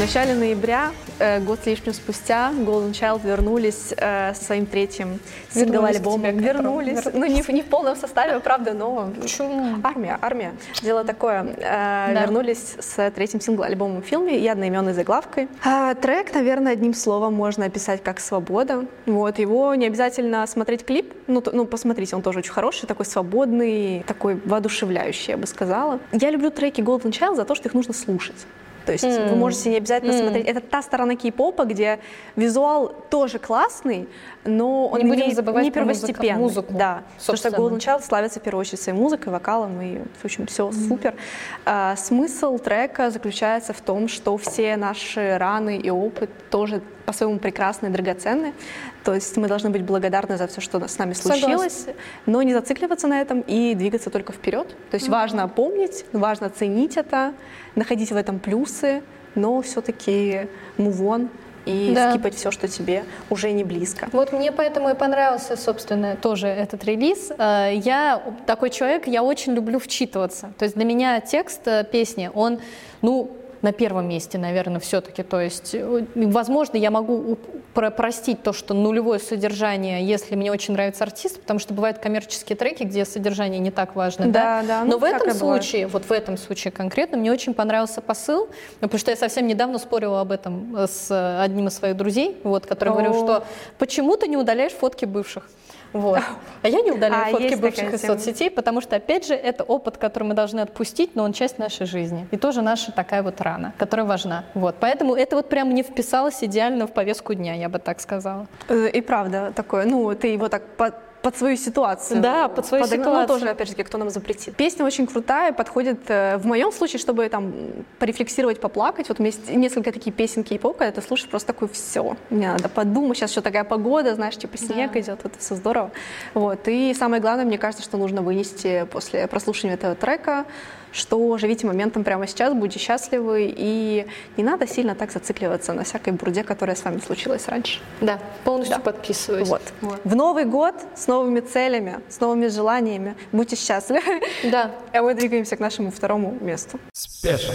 начале ноября, э, год с лишним спустя, Golden Child вернулись э, со своим третьим сингл-альбомом. Вернулись. Вернулись. Ну, не, не в полном составе, правда, но... Почему? Армия, армия. Дело такое. Э, Да. Вернулись с третьим сингл-альбомом в фильме и одноименной заглавкой. А, трек, наверное, одним словом можно описать как «Свобода». Вот, его не обязательно смотреть клип. Ну, то- ну, посмотрите, он тоже очень хороший, такой свободный, такой воодушевляющий, я бы сказала. Я люблю треки Golden Child за то, что их нужно слушать. То есть М. вы можете не обязательно М. смотреть. Это та сторона кей-попа, где визуал тоже классный, но он Не будем не, забывать не про музыка- первостепенный. музыку, Да, потому что собственно. Golden Child славится в первую очередь своей музыкой, вокалом, и, в общем, все супер. А, смысл трека заключается в том, что все наши раны и опыт тоже по-своему прекрасны и драгоценны. То есть мы должны быть благодарны за все, что с нами случилось, но не зацикливаться на этом и двигаться только вперед. То есть важно помнить, важно ценить это, находить в этом плюсы, но все-таки move on и Да. скипать все, что тебе уже не близко. Вот мне поэтому и понравился, собственно, тоже этот релиз. Э, Я такой человек, я очень люблю вчитываться. То есть для меня текст э, песни, он, ну, на первом месте, наверное, все-таки. То есть, э, возможно, я могу у- про- простить то, что нулевое содержание, если мне очень нравится артист, потому что бывают коммерческие треки, где содержание не так важно. Да, да, ну, Но в этом всякое бывает. случае, вот в этом случае конкретно, мне очень понравился посыл, потому что я совсем недавно спорила об этом с э, одним из своих друзей, вот, который говорил, О. что почему ты не удаляешь фотки бывших? Вот. А я не удаляю А, фотки есть бывших такая из тема. соцсетей, потому что, опять же, это опыт, который мы должны отпустить, но он часть нашей жизни. И тоже наша такая вот рана, которая важна. Вот. Поэтому это вот прям не вписалось идеально в повестку дня, я бы так сказала. Э, И правда такое, ну, ты его так по- под свою ситуацию. Да, под свою подогнал. ситуацию. Ну, тоже, опять же, кто нам запретит. Песня очень крутая, подходит э, в моем случае, чтобы там порефлексировать, поплакать. Вот у меня есть несколько такие песен кей-поп, когда ты слушаешь просто такой, все, мне надо подумать, сейчас еще такая погода, знаешь, типа снег Да. идет, это все здорово. Вот. И самое главное, мне кажется, что нужно вынести после прослушивания этого трека, что живите моментом прямо сейчас, будьте счастливы, и не надо сильно так зацикливаться на всякой бурде, которая с вами случилась раньше. Да, полностью Да. подписываюсь. Вот. В Новый год с новыми целями, с новыми желаниями. Будьте счастливы. Да. А мы двигаемся к нашему второму месту. Спешл.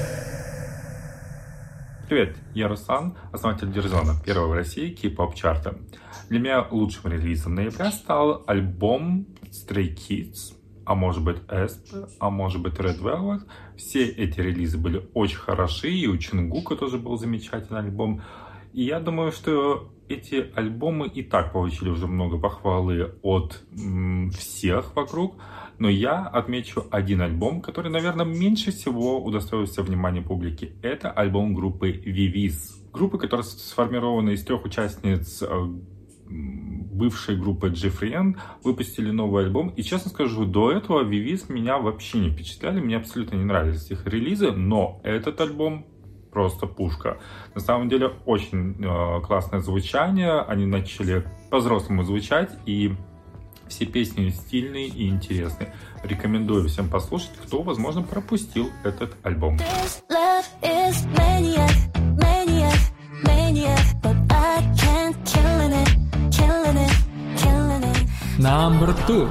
Привет, я Руслан, основатель Дирзона, первого в России кей-поп чарта. Для меня лучшим релизом ноября стал альбом Stray Kids, а может быть aespa, а может быть Red Velvet. Все эти релизы были очень хороши, и у Чингука тоже был замечательный альбом. И я думаю, что эти альбомы и так получили уже много похвалы от м, всех вокруг. Но я отмечу один альбом, который, наверное, меньше всего удостоился внимания публики. Это альбом группы Vivis. Группа, которая сформирована из трех участниц э, м, бывшей группы G-Friend, выпустили новый альбом. И, честно скажу, до этого Vivis меня вообще не впечатляли. Мне абсолютно не нравились их релизы. Но этот альбом просто пушка. На самом деле, очень э, классное звучание. Они начали по-взрослому звучать. И все песни стильные и интересные. Рекомендую всем послушать, кто, возможно, пропустил этот альбом. This love is maniac, maniac, maniac, but I can't killing it, killing it, killing it. Number two.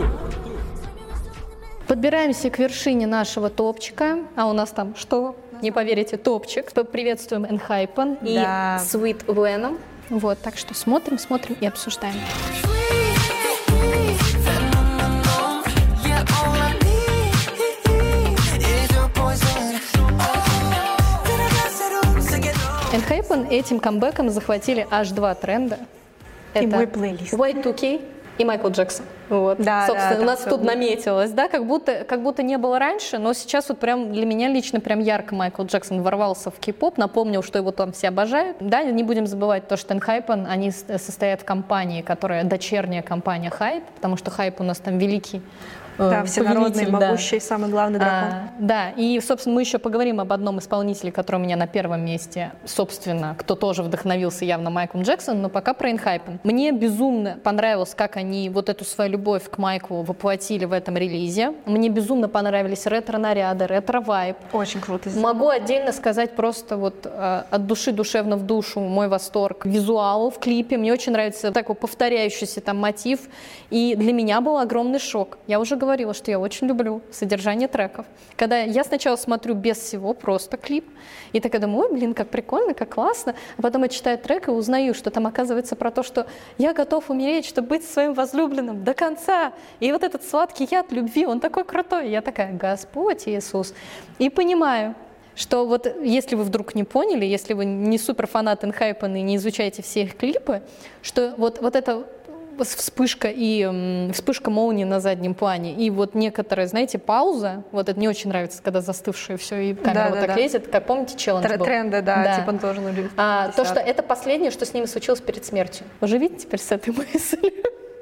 Подбираемся к вершине нашего топчика. А у нас там что? Не поверите, топчик. Приветствуем Enhypen и Да. Sweet Venom. Вот, так что смотрим, смотрим и обсуждаем. Enhypen этим камбэком захватили аж два тренда. И мой плейлист. уай ту кей и Майкл Джексон. Вот. Да, Собственно, да, у нас так тут всё. наметилось, да, как будто, как будто не было раньше, но сейчас вот прям для меня лично прям ярко Майкл Джексон ворвался в кей-поп, напомнил, что его там все обожают. Да, не будем забывать то, что Enhypen, они с- состоят в компании, которая дочерняя компания Hype, потому что Hype у нас там великий э, Да, всенародный, повелитель, да. могущий, самый главный дракон. А, да, и, собственно, мы еще поговорим об одном исполнителе, который у меня на первом месте, собственно, кто тоже вдохновился явно Майклом Джексоном, но пока про Enhypen. Мне безумно понравилось, как они вот эту свою любовь к Майклу воплотили в этом релизе. Мне безумно понравились ретро-наряды, ретро-вайб. Очень круто сделано. Могу отдельно сказать просто вот э, от души душевно в душу мой восторг визуалу в клипе. Мне очень нравится такой повторяющийся там мотив. И для меня был огромный шок. Я уже говорила говорила, что я очень люблю содержание треков. Когда я сначала смотрю без всего, просто клип, и такая думаю, ой, блин, как прикольно, как классно. А потом я читаю трек и узнаю, что там оказывается про то, что я готов умереть, чтобы быть своим возлюбленным до конца. И вот этот сладкий яд любви, он такой крутой. И я такая, Господь Иисус. И понимаю, что вот если вы вдруг не поняли, если вы не суперфанат Enhypen и не изучаете все их клипы, что вот, вот эта вспышка и м, вспышка молнии на заднем плане, и вот некоторая, знаете, пауза, вот это мне очень нравится, когда застывшее все, и камера Да, вот да, так да. лезет, как помните, челлендж Тр- был? Тренды, да, Да. типа тоже нули. А, то, что это последнее, что с ними случилось перед смертью. Вы же видите теперь с этой мыслью?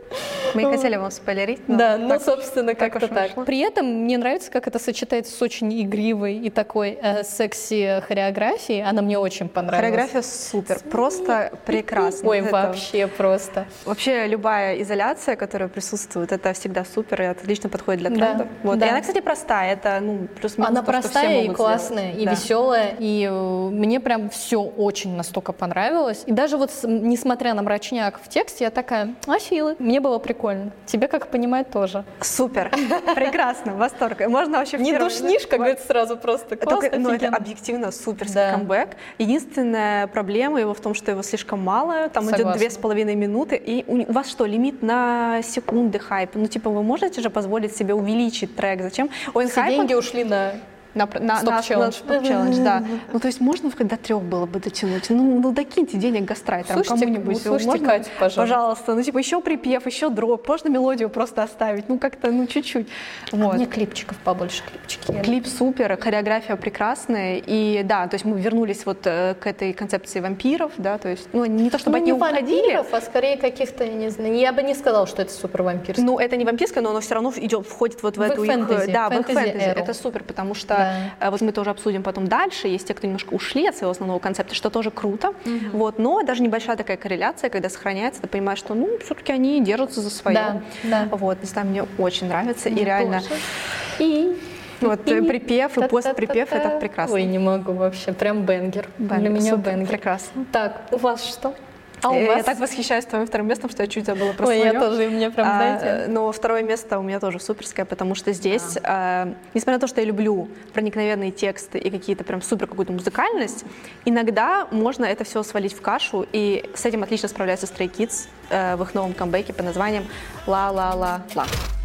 Мы не хотели вам спойлерить, но Да, ну, так- собственно, так как-то уж так. вышло. При этом мне нравится, как это сочетается с очень игривой и такой э, секси хореографией. Она мне очень понравилась. Хореография супер, просто прекрасно. Ой, Это- вообще просто. Вообще любая изоляция, которая присутствует, это всегда супер и отлично подходит для Да, трендов. Вот. да. И она, кстати, простая. Это ну, плюс-минус Она то, что все простая и могут классная, сделать. и Да. веселая, и э, мне прям все очень настолько понравилось. И даже вот с- несмотря на мрачняк в тексте, я такая, а филы, мне было прикольно. Тебе, как понимать, тоже. Супер, прекрасно, восторг. Можно вообще в Не первый- душнишь, как говорится, сразу просто классно, Только, ну, это офигенно. объективно суперский Да. камбэк. Единственная проблема его в том, что его слишком мало. Там идет Согласна. две с половиной минуты. И у у вас что, лимит на секунды хайп? Ну, типа, вы можете же позволить себе увеличить трек? Зачем? У Все Enhypen деньги ушли на... На, на, Стоп на, челлендж. на стоп-челлендж, да. Ну, то есть можно хоть до трех было бы дотянуть. Ну, ну докиньте денег гастрайтерам Слушайте, кому-нибудь. ну, слушайте Можно? Катю, пожалуйста. Пожалуйста. Ну, типа, еще припев, еще дроп. Можно мелодию просто оставить. Ну, как-то, ну, чуть-чуть. Вот. Мне клипчиков побольше, клипчики. я Клип супер, хореография прекрасная. И да, то есть мы вернулись вот э, к этой концепции вампиров, да, то есть, ну, не то чтобы Ну, от не него уходили. вампиров, а скорее каких-то, я не знаю, я бы не сказала, что это супер вампирство. Ну, это не вампирское, но оно все равно идет, входит вот в, В эту их их, фэнтези, да, в их фэнтези фэнтези. эру. Это супер, потому что Да. э, вот мы тоже обсудим потом дальше. Есть те, кто немножко ушли от своего основного концепта, что тоже круто. Вот, но даже небольшая такая корреляция, когда сохраняется, ты понимаешь, что, ну, все-таки они держатся за свое. Да, да. Вот, не знаю, мне очень нравится. И Мне реально, тоже. И... вот э, припев и Та-та-та-та. постприпев, это прекрасно. Ой, не могу вообще, прям бенгер. Для Бенгер, меня супер, бенгер. прекрасно. Так, у вас что? А у Э, вас? Я так восхищаюсь твоим вторым местом, что я чуть забыла про Ой, своё. я тоже, и мне прям, А, знаете... но второе место у меня тоже суперское, потому что здесь, а, несмотря на то, что я люблю проникновенные тексты и какие-то прям супер какую-то музыкальность, иногда можно это все свалить в кашу, и с этим отлично справляются Stray Kids э, в их новом камбэке под названием «Ла-ла-ла-ла».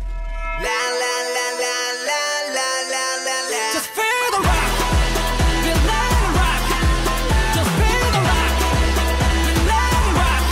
Just feel the rock, feel the rock. Just feel the rock, feel the rock.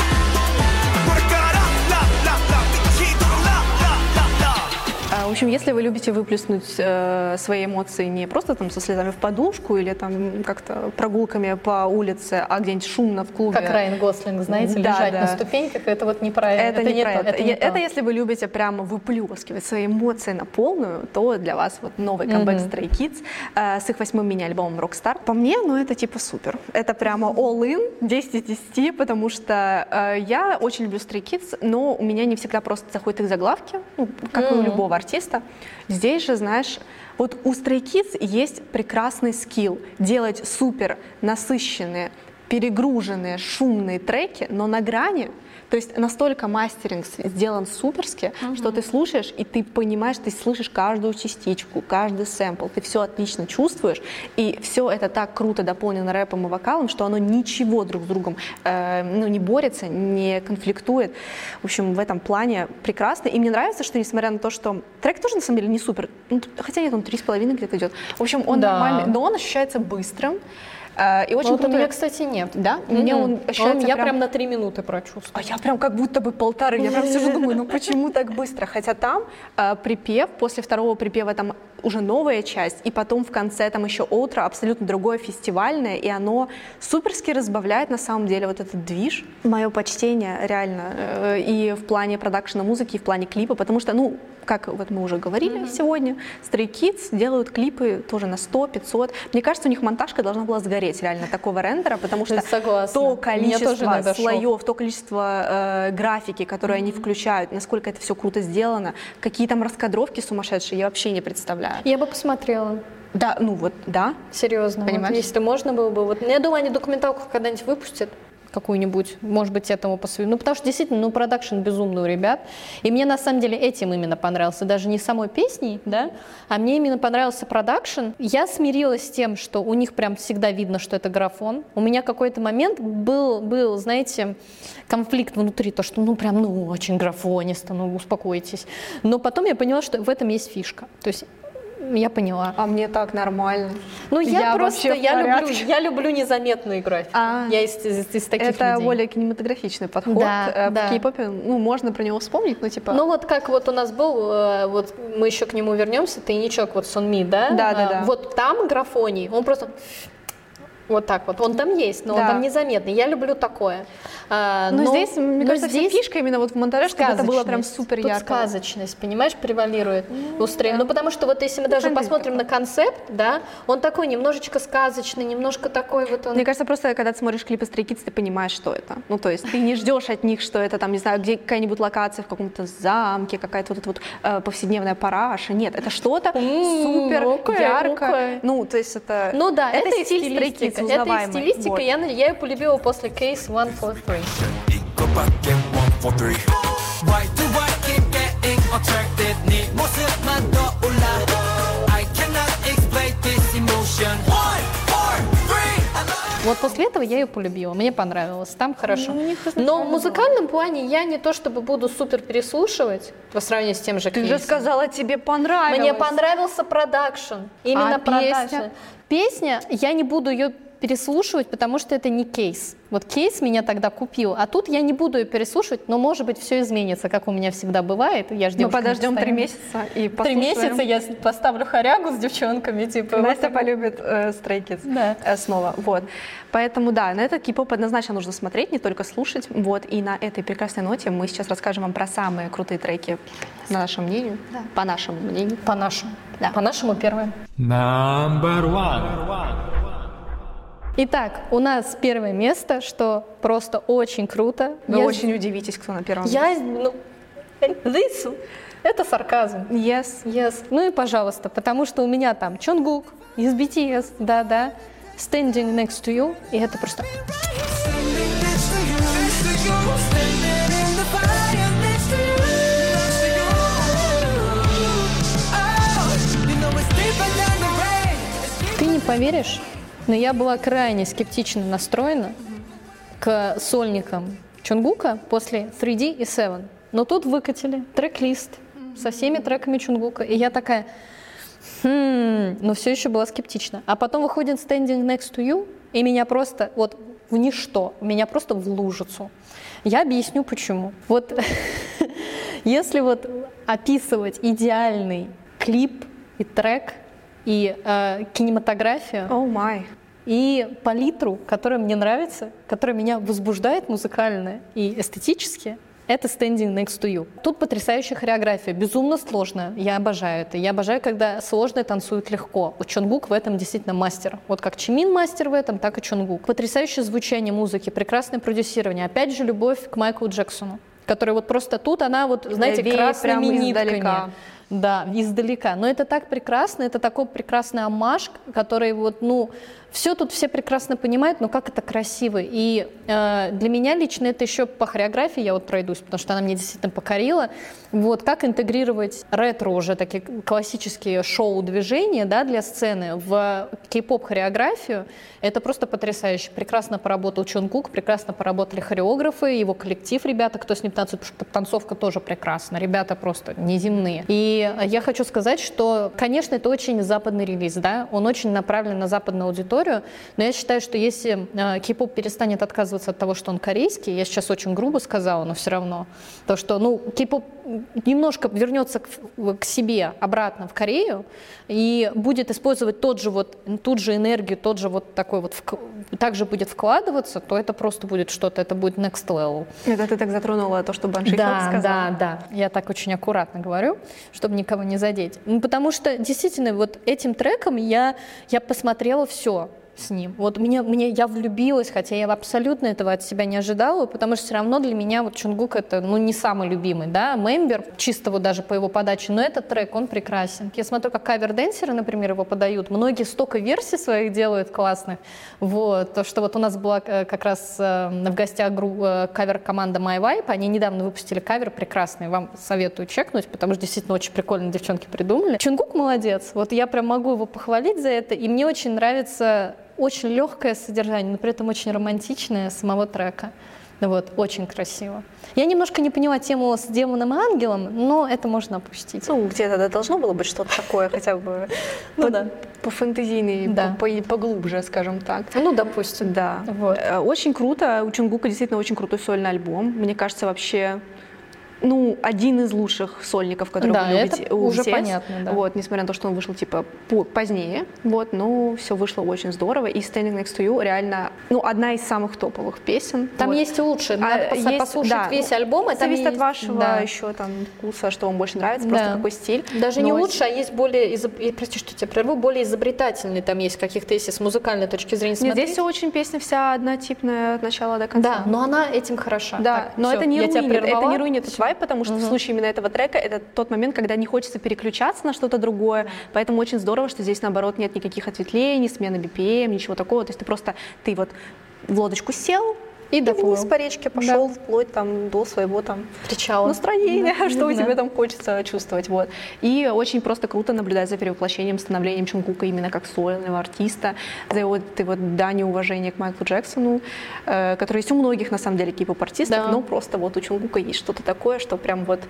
Work it up, la la la, keep it la la la la. А, В общем, если вы любите выплеснуть э, свои эмоции не просто там со слезами в подушку или там как-то прогулками по улице, а где-нибудь шумно в клубе. Как Райан Гослинг, знаете, Да, лежать да. на ступеньках, это вот неправильно. Это, не, про то, это. это не Это то. если вы любите прямо выплескивать свои эмоции на полную, то для вас вот новый камбэк Stray Kids э, с их восьмым мини-альбомом Rockstar. По мне, ну это типа супер. Это прямо all-in, десять из десяти, потому что э, я очень люблю Stray Kids, но у меня не всегда просто заходят их заглавки, ну, как и у любого артиста. Здесь же, знаешь, вот у Stray Kids есть прекрасный скилл делать супер насыщенные, перегруженные, шумные треки, но на грани. То есть настолько мастеринг сделан суперски, uh-huh. что ты слушаешь, и ты понимаешь, ты слышишь каждую частичку, каждый сэмпл, ты все отлично чувствуешь, и все это так круто дополнено рэпом и вокалом, что оно ничего друг с другом э, ну, не борется, не конфликтует. В общем, в этом плане прекрасно. И мне нравится, что несмотря на то, что трек тоже на самом деле не супер, ну, хотя нет, он три с половиной где-то идет. В общем, он Да. нормальный, но он ощущается быстрым. э, И очень Вот у круто. меня, кстати, нет. Да? У меня он ощущается Я прям- прям на три минуты прочувствовала. А я прям как будто бы полторы. Я прям сижу, думаю, ну почему так быстро? Хотя там э, припев, после второго припева там уже новая часть, и потом в конце там еще outro, абсолютно другое, фестивальное, и оно суперски разбавляет на самом деле вот этот движ. Мое почтение реально э, и в плане продакшена музыки, и в плане клипа, потому что, ну, как вот мы уже говорили mm-hmm. сегодня, Stray Kids делают клипы тоже на сто пятьсот. Мне кажется, у них монтажка должна была сгореть реально такого рендера, потому что Согласна. то Мне тоже количество иногда шок. слоев, то количество э, графики, которые mm-hmm. они включают, насколько это все круто сделано, какие там раскадровки сумасшедшие, я вообще не представляю. Я бы посмотрела. Да, ну вот, да. Серьезно. Понимаешь? Вот, если можно было бы. Вот, я думаю, они документалку когда-нибудь выпустят. какую-нибудь, может быть, этому посвящу. Ну, потому что действительно, ну, продакшн безумный у ребят. И мне на самом деле этим именно понравился. Даже не самой песней, да, а мне именно понравился продакшн. Я смирилась с тем, что у них прям всегда видно, что это графон. У меня какой-то момент был, был, знаете, конфликт внутри, то, что, ну, прям, ну, очень графонисто, ну, успокойтесь. Но потом я поняла, что в этом есть фишка. То есть я поняла. А мне так нормально. Ну, я, Я просто, вообще в я люблю, порядке. я люблю незаметную графику. А, я из, из, из таких Это людей. более кинематографичный подход. Да, Э, да. В кей-попе, ну, можно про него вспомнить, но типа... Ну вот как вот у нас был, э, вот мы еще к нему вернемся, тайничок вот Сонми, да? Да, да, А, да. Вот там графоний, он просто вот так вот, он там есть, но Да. он там незаметный. Я люблю такое. А, но, но здесь, мне но кажется, здесь вся фишка именно вот в монтаже, чтобы это было прям сказочность. супер Тут ярко. сказочность, понимаешь, превалирует у стрим. Ну, потому что вот если мы даже фэнтези посмотрим на концепт, да, он такой немножечко сказочный, немножко такой вот он... Мне кажется, просто когда ты смотришь клипы Stray Kids, ты понимаешь, что это. Ну, то есть ты не ждешь от них, что это там, не знаю, где какая-нибудь локация в каком-то замке, какая-то вот эта вот э, повседневная параша. Нет, это что-то М, супер окей, ярко. окей. Ну, то есть это... Ну да, это, и стиль Stray стилистика. Kids, Это и узнаваемый. стилистика, Вот. я, я ее полюбила после Case сто сорок три. Go back in one, four, three. Why do I keep getting attracted? Need more silk, man, do ula. I cannot explain this emotion. One, four, three. Вот после этого я ее полюбила, мне понравилось, там хорошо. Ну, у них Но в музыкальном плане я не то чтобы буду супер переслушивать по сравнению с тем же Ты же Кейсом. сказала, тебе понравилось. Мне понравился продакшн, именно А продакшн. песня? Песня, я не буду ее переслушивать, потому что это не Кейс. Вот Кейс меня тогда купил, а тут я не буду ее переслушивать, но, может быть, все изменится, как у меня всегда бывает. Я ж Мы девушка подождем три постоянно. месяца и Три послушаем. месяца я поставлю хорягу с девчонками, типа. Настя вот. полюбит э, Stray Kids Да. э, снова, вот. Поэтому, да, на этот кей-поп однозначно нужно смотреть, не только слушать, вот. И на этой прекрасной ноте мы сейчас расскажем вам про самые крутые треки, по нашему мнению, по нашему мнению. По-нашему. Да. По-нашему первое. Number one. Итак, у нас первое место, что просто очень круто. Вы Я- очень удивитесь, кто на первом Я, ну, this, это сарказм. месте. Yes. Yes. Ну и пожалуйста, потому что у меня там Чонгук из би ти эс, да-да, Standing Next to You, и это просто... Standing next to you, next to you, standing in the fire next to you, next to you. Oh, you know it's deeper than the rain. Ты не поверишь, но я была крайне скептично настроена к сольникам Чонгука после три ди и Seven. Но тут выкатили трек-лист со всеми треками Чонгука, и я такая... Хм, но все еще была скептична. А потом выходит Standing Next to You, и меня просто вот в ничто, меня просто в лужицу. Я объясню почему. Вот если вот описывать идеальный клип и трек, и э, кинематографию, О май. и палитру, которая мне нравится, которая меня возбуждает музыкально и эстетически, это Standing Next to You. Тут потрясающая хореография, безумно сложная. Я обожаю это. Я обожаю, когда сложное танцуют легко. Вот Чонгук в этом действительно мастер. Вот как Чимин мастер в этом, так и Чонгук. Потрясающее звучание музыки, прекрасное продюсирование. Опять же, любовь к Майклу Джексону, который вот просто тут, она вот, знаете, Веет красными прямо нитками. издалека. Да, издалека. Но это так прекрасно, это такой прекрасный оммаж, который вот, ну, все тут все прекрасно понимают, но как это красиво. И э, для меня лично это еще по хореографии, я вот пройдусь, потому что она мне действительно покорила. Вот как интегрировать ретро уже такие классические шоу-движения, да, для сцены в кей-поп хореографию, это просто потрясающе. Прекрасно поработал Чонгук, прекрасно поработали хореографы, его коллектив, ребята, кто с ним танцует, потому что танцовка тоже прекрасна, ребята просто неземные. И я хочу сказать, что, конечно, это очень западный релиз, да, он очень направлен на западную аудиторию, но я считаю, что если э, кей-поп перестанет отказываться от того, что он корейский, я сейчас очень грубо сказала, но все равно, то, что, ну, кей-поп немножко вернется к, к себе обратно в Корею и будет использовать тот же вот, ту же энергию, тот же вот такой вот, вк... также будет вкладываться, то это просто будет что-то, это будет next level. Это ты так затронула то, что Банши Да, сказала. да, да. Я так очень аккуратно говорю, чтобы никого не задеть. Ну, потому что действительно вот этим треком я, я посмотрела все. с ним. Вот мне, мне, я влюбилась, хотя я абсолютно этого от себя не ожидала, потому что все равно для меня вот Чунгук это, ну, не самый любимый, да, мембер, чисто вот даже по его подаче, но этот трек, он прекрасен. Я смотрю, как кавер-дэнсеры, например, его подают, многие столько версий своих делают классных, вот, то, что вот у нас была как раз в гостях кавер-команда My Vibe, они недавно выпустили кавер прекрасный, вам советую чекнуть, потому что действительно очень прикольно девчонки придумали. Чунгук молодец, вот я прям могу его похвалить за это, и мне очень нравится очень легкое содержание, но при этом очень романтичное самого трека. Вот, очень красиво. Я немножко не поняла тему с демоном и ангелом, но это можно опустить. Ну, где-то да, должно было быть что-то такое, хотя бы ну, по, да. пофэнтезийнее, да. по, по, поглубже, скажем так. Ну, допустим. Да. Вот. Очень круто. У Чунгука действительно очень крутой сольный альбом. Мне кажется, вообще... Ну, один из лучших сольников, которые да, вы любите. Это уже понятно, да. Вот, несмотря на то, что он вышел типа позднее, вот, но все вышло очень здорово. И Standing Next to You реально, ну, одна из самых топовых песен. Там вот. есть и лучше. Надо а, есть, послушать да, весь альбом. Это зависит от вашего да. еще там вкуса, что вам больше нравится, просто да. какой стиль. Даже но... не но... лучше, а есть более, изоб... прости, что тебя прерву, более изобретательный. Там есть каких-то, если с музыкальной точки зрения смотреть. Нет, здесь все очень песня вся однотипная от начала до конца. Да, но она этим хороша. Да, так, но всё, это не руинит, это не руинит всё. этот вайб, потому что угу. в случае именно этого трека это тот момент, когда не хочется переключаться на что-то другое, поэтому очень здорово, что здесь наоборот нет никаких ответвлений, смены би пи эм, ничего такого, то есть ты просто, ты вот в лодочку сел, и, и вниз по речке пошел, да. вплоть там до своего там причала. Настроения, да. что да. у тебя да. там хочется чувствовать. Вот. И очень просто круто наблюдать за перевоплощением, становлением Чунгука именно как сольного артиста, за его ты вот дань уважения к Майклу Джексону, э, который есть у многих на самом деле кей-поп-артистов, да. но просто вот у Чунгука есть что-то такое, что прям вот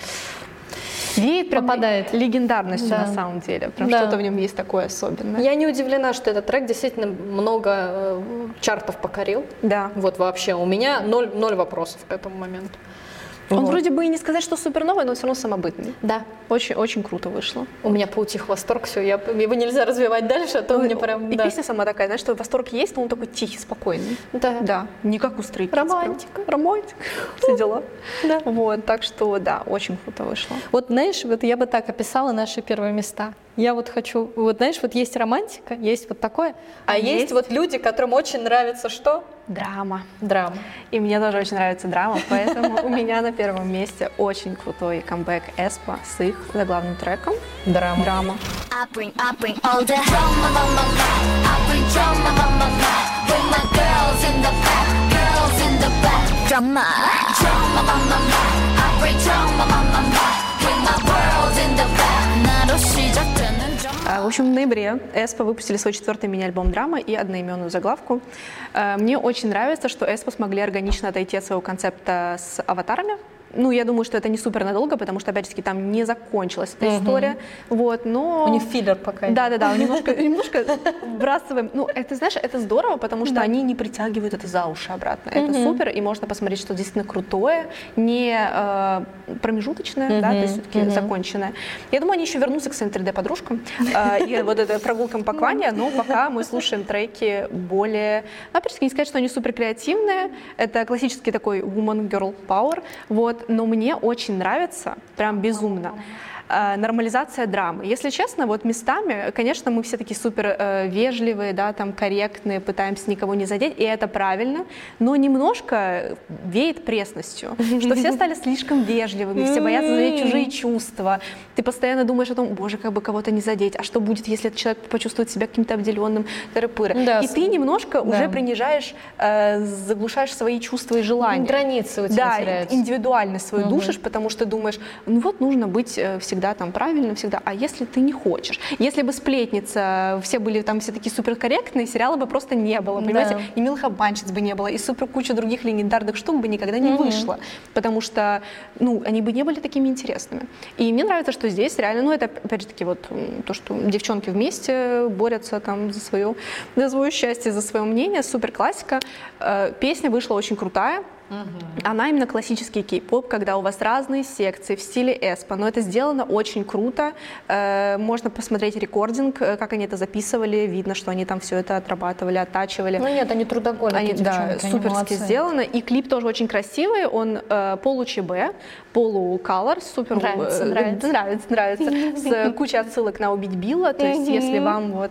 веет прям попадает легендарностью да. на самом деле. Прям да. что-то в нем есть такое особенное. Я не удивлена, что этот трек действительно много э, чартов покорил. Да. Вот вообще у меня ноль, ноль вопросов к этому моменту. Он вот. вроде бы и не сказать, что супер новый, но все равно самобытный. Да. Очень, очень круто вышло. У меня поутих восторг, все, я, его нельзя развивать дальше, а то ну, мне прям... И да. песня сама такая, знаешь, что восторг есть, но он такой тихий, спокойный. Да. Да, не как у Stray Kids. Романтика. Романтика. Все дела. Да. Вот, так что, да, очень круто вышло. Вот, знаешь, вот я бы так описала наши первые места. Я вот хочу, вот знаешь, вот есть романтика, есть вот такое, а, а есть, есть вот люди, которым очень нравится что? Драма. Драма. И мне тоже очень нравится драма, поэтому у меня на первом месте очень крутой камбэк эспа с их заглавным треком «Драма». Драма. I bring, I bring all the drama on my mind. I bring drama on my mind. With my girls in the back, girls in the back. Drama, drama on my mind. I bring drama on my mind. With my world in the back. 나로 시작되는 drama. В общем, в ноябре эспа выпустили свой четвертый мини-альбом «Драма» и одноименную заглавку. Мне очень нравится, что эспа смогли органично отойти от своего концепта с аватарами. Ну, я думаю, что это не супер надолго, потому что, опять же, там не закончилась эта угу. история. Вот, но... У них филлер пока. Да-да-да, немножко, немножко вбрасываем. Ну, это, знаешь, это здорово, потому что да. они не притягивают это за уши обратно. Это угу. супер, и можно посмотреть, что действительно крутое, не э, промежуточное, угу. да, то есть все-таки угу. законченное. Я думаю, они еще вернутся к своим три дэ-подружкам э, и вот этой прогулкам по Кване, но пока мы слушаем треки более... Ну, опять же, не сказать, что они супер креативные. Это классический такой woman girl power, вот. Но мне очень нравится, прям безумно, э, нормализация драмы. Если честно, вот местами, конечно, мы все такие супер э, вежливые, да, там, корректные, пытаемся никого не задеть, и это правильно, но немножко веет пресностью, что все стали слишком вежливыми, все боятся задеть чужие чувства. Ты постоянно думаешь о том, боже, как бы кого-то не задеть, а что будет, если этот человек почувствует себя каким-то обделенным, тыры-пыры. Да, и ты немножко да. уже принижаешь, э, заглушаешь свои чувства и желания. Границы у тебя да, теряются. Индивидуальность свою угу. душишь, потому что думаешь, ну вот нужно быть всегда там правильным, всегда. А если ты не хочешь? Если бы «Сплетница», все были там все такие суперкорректные, сериала бы просто не было, понимаете? Да. И «Милых обманщиц» бы не было, и супер куча других легендарных штук бы никогда не угу. вышло, потому что, ну, они бы не были такими интересными. И мне нравится, что здесь реально, ну, это, опять же таки, вот то, что девчонки вместе борются там за свое, за свое счастье, за свое мнение, супер классика. Песня вышла очень крутая. Uh-huh. Она именно классический кей-поп, когда у вас разные секции в стиле эспа, но это сделано очень круто. Э, можно посмотреть рекординг, как они это записывали, видно, что они там все это отрабатывали, оттачивали. Ну нет, они трудоголики, они, девчонки, да, суперски сделано. И клип тоже очень красивый, он э, полу-ЧБ, полу-колор, супер. Нравится, э, нравится. Нравится, нравится. С кучей отсылок на «Убить Билла», то есть если вам вот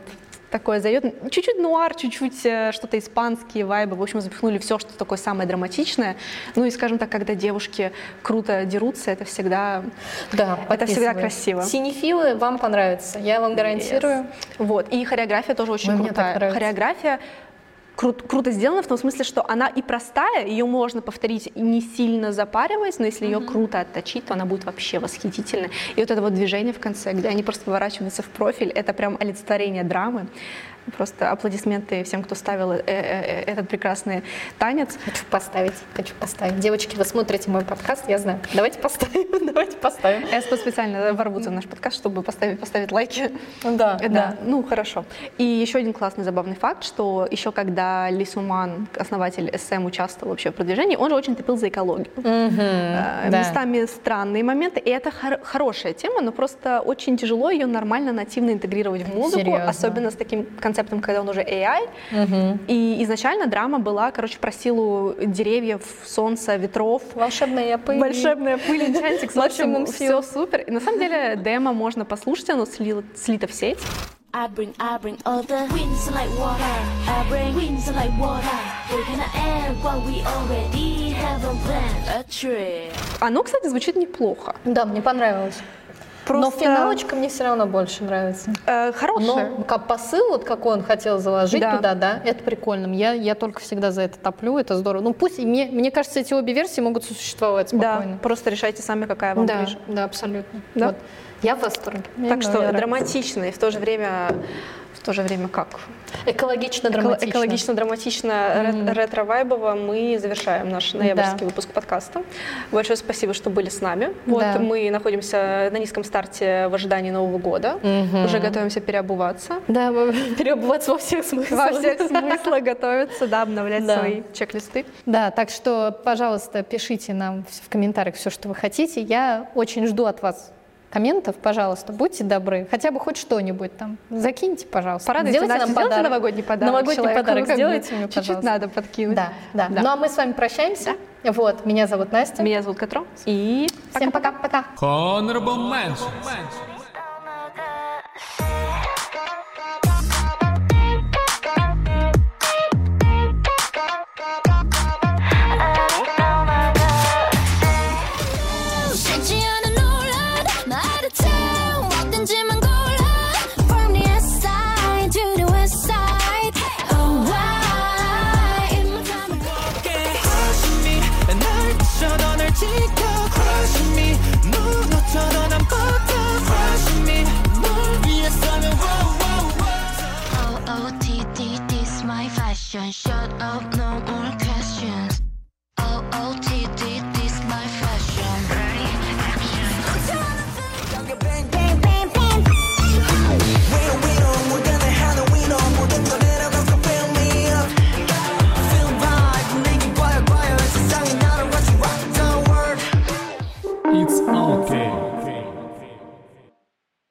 такое зайдет. Чуть-чуть нуар, чуть-чуть э, что-то испанские вайбы. В общем, запихнули все, что такое самое драматичное. Ну и, скажем так, когда девушки круто дерутся, это всегда, Да, это всегда подписываю. красиво. Синефилы вам понравятся, я вам гарантирую. Вот. И хореография тоже очень Ой, мне так крутая. нравится. Хореография кру- круто сделана в том смысле, что она и простая, ее можно повторить не сильно запариваясь, но если ее круто отточить, то она будет вообще восхитительной. И вот это вот движение в конце, где они просто поворачиваются в профиль, это прям олицетворение драмы. Просто аплодисменты всем, кто ставил э- э- этот прекрасный танец. Хочу поставить, хочу поставить. Девочки, вы смотрите мой подкаст, я знаю. Давайте поставим, давайте поставим. СП специально ворвутся в наш подкаст, чтобы поставить, поставить лайки. Да, Да, да. ну хорошо. И еще один классный забавный факт, что еще когда Ли Суман, основатель эс эм, участвовал вообще в продвижении, он же очень топил за экологию. Э, да. Местами странные моменты, и это хор- хорошая тема, но просто очень тяжело ее нормально, нативно интегрировать в музыку, Серьезно? особенно с таким концептом, когда он уже эй ай. И изначально драма была, короче, про силу деревьев, солнца, ветров. Волшебная пыль. Волшебная пыль, энчантикс, в Максимум общем, сил. все супер. И на самом деле демо можно послушать, оно слило- слито в сеть. I bring, I bring all the winds like water. I bring winds like water. We're gonna add what we already have on plan. A tree. Оно, кстати, звучит неплохо. Да, мне понравилось. Но Просто, финалочка мне все равно больше нравится. э, хорошая. Но как посыл, вот какой он хотел заложить Да. туда, да, это прикольно. Я, я только всегда за это топлю, это здорово. Ну пусть, и мне, мне кажется, эти обе версии могут существовать Да, спокойно. просто решайте сами, какая вам Да, ближе. да, абсолютно. Да? Вот. Я в восторге. Мне Так что нравится. драматично и в то же время, в то же время как? Экологично, Эко- драматично. Экологично, драматично, рет- ретро-вайбово мы завершаем наш ноябрьский Да. выпуск подкаста. Большое спасибо, что были с нами. Вот Да. мы находимся на низком старте в ожидании Нового года. Уже готовимся переобуваться. Да, переобуваться во всех смыслах. Во всех смыслах готовиться, да, обновлять Да. свои чек-листы. Да, так что, пожалуйста, пишите нам в в комментариях все, что вы хотите. Я очень жду от вас комментов, пожалуйста, будьте добры. Хотя бы хоть что-нибудь там. Закиньте, пожалуйста. Порадуйте Сделайте нас, нам сделайте подарок. новогодний подарок Новогодний человеку. подарок Ну, как бы сделайте мне, чуть-чуть пожалуйста. надо подкинуть. Да, да, Да. Ну а мы с вами прощаемся. Вот, меня зовут Настя. Меня зовут Катро. И Всем пока-пока. Honorable mention. 쉽지 않은 논란 말을 참 어떤지만 골라 From the east side to the west side Oh why in my time Crush me 날 부셔도 널 지켜 Crush me 무너져도 난 버텨 Crush me 물 위에 서면 wow wow wow O O T T this my fashion Shut up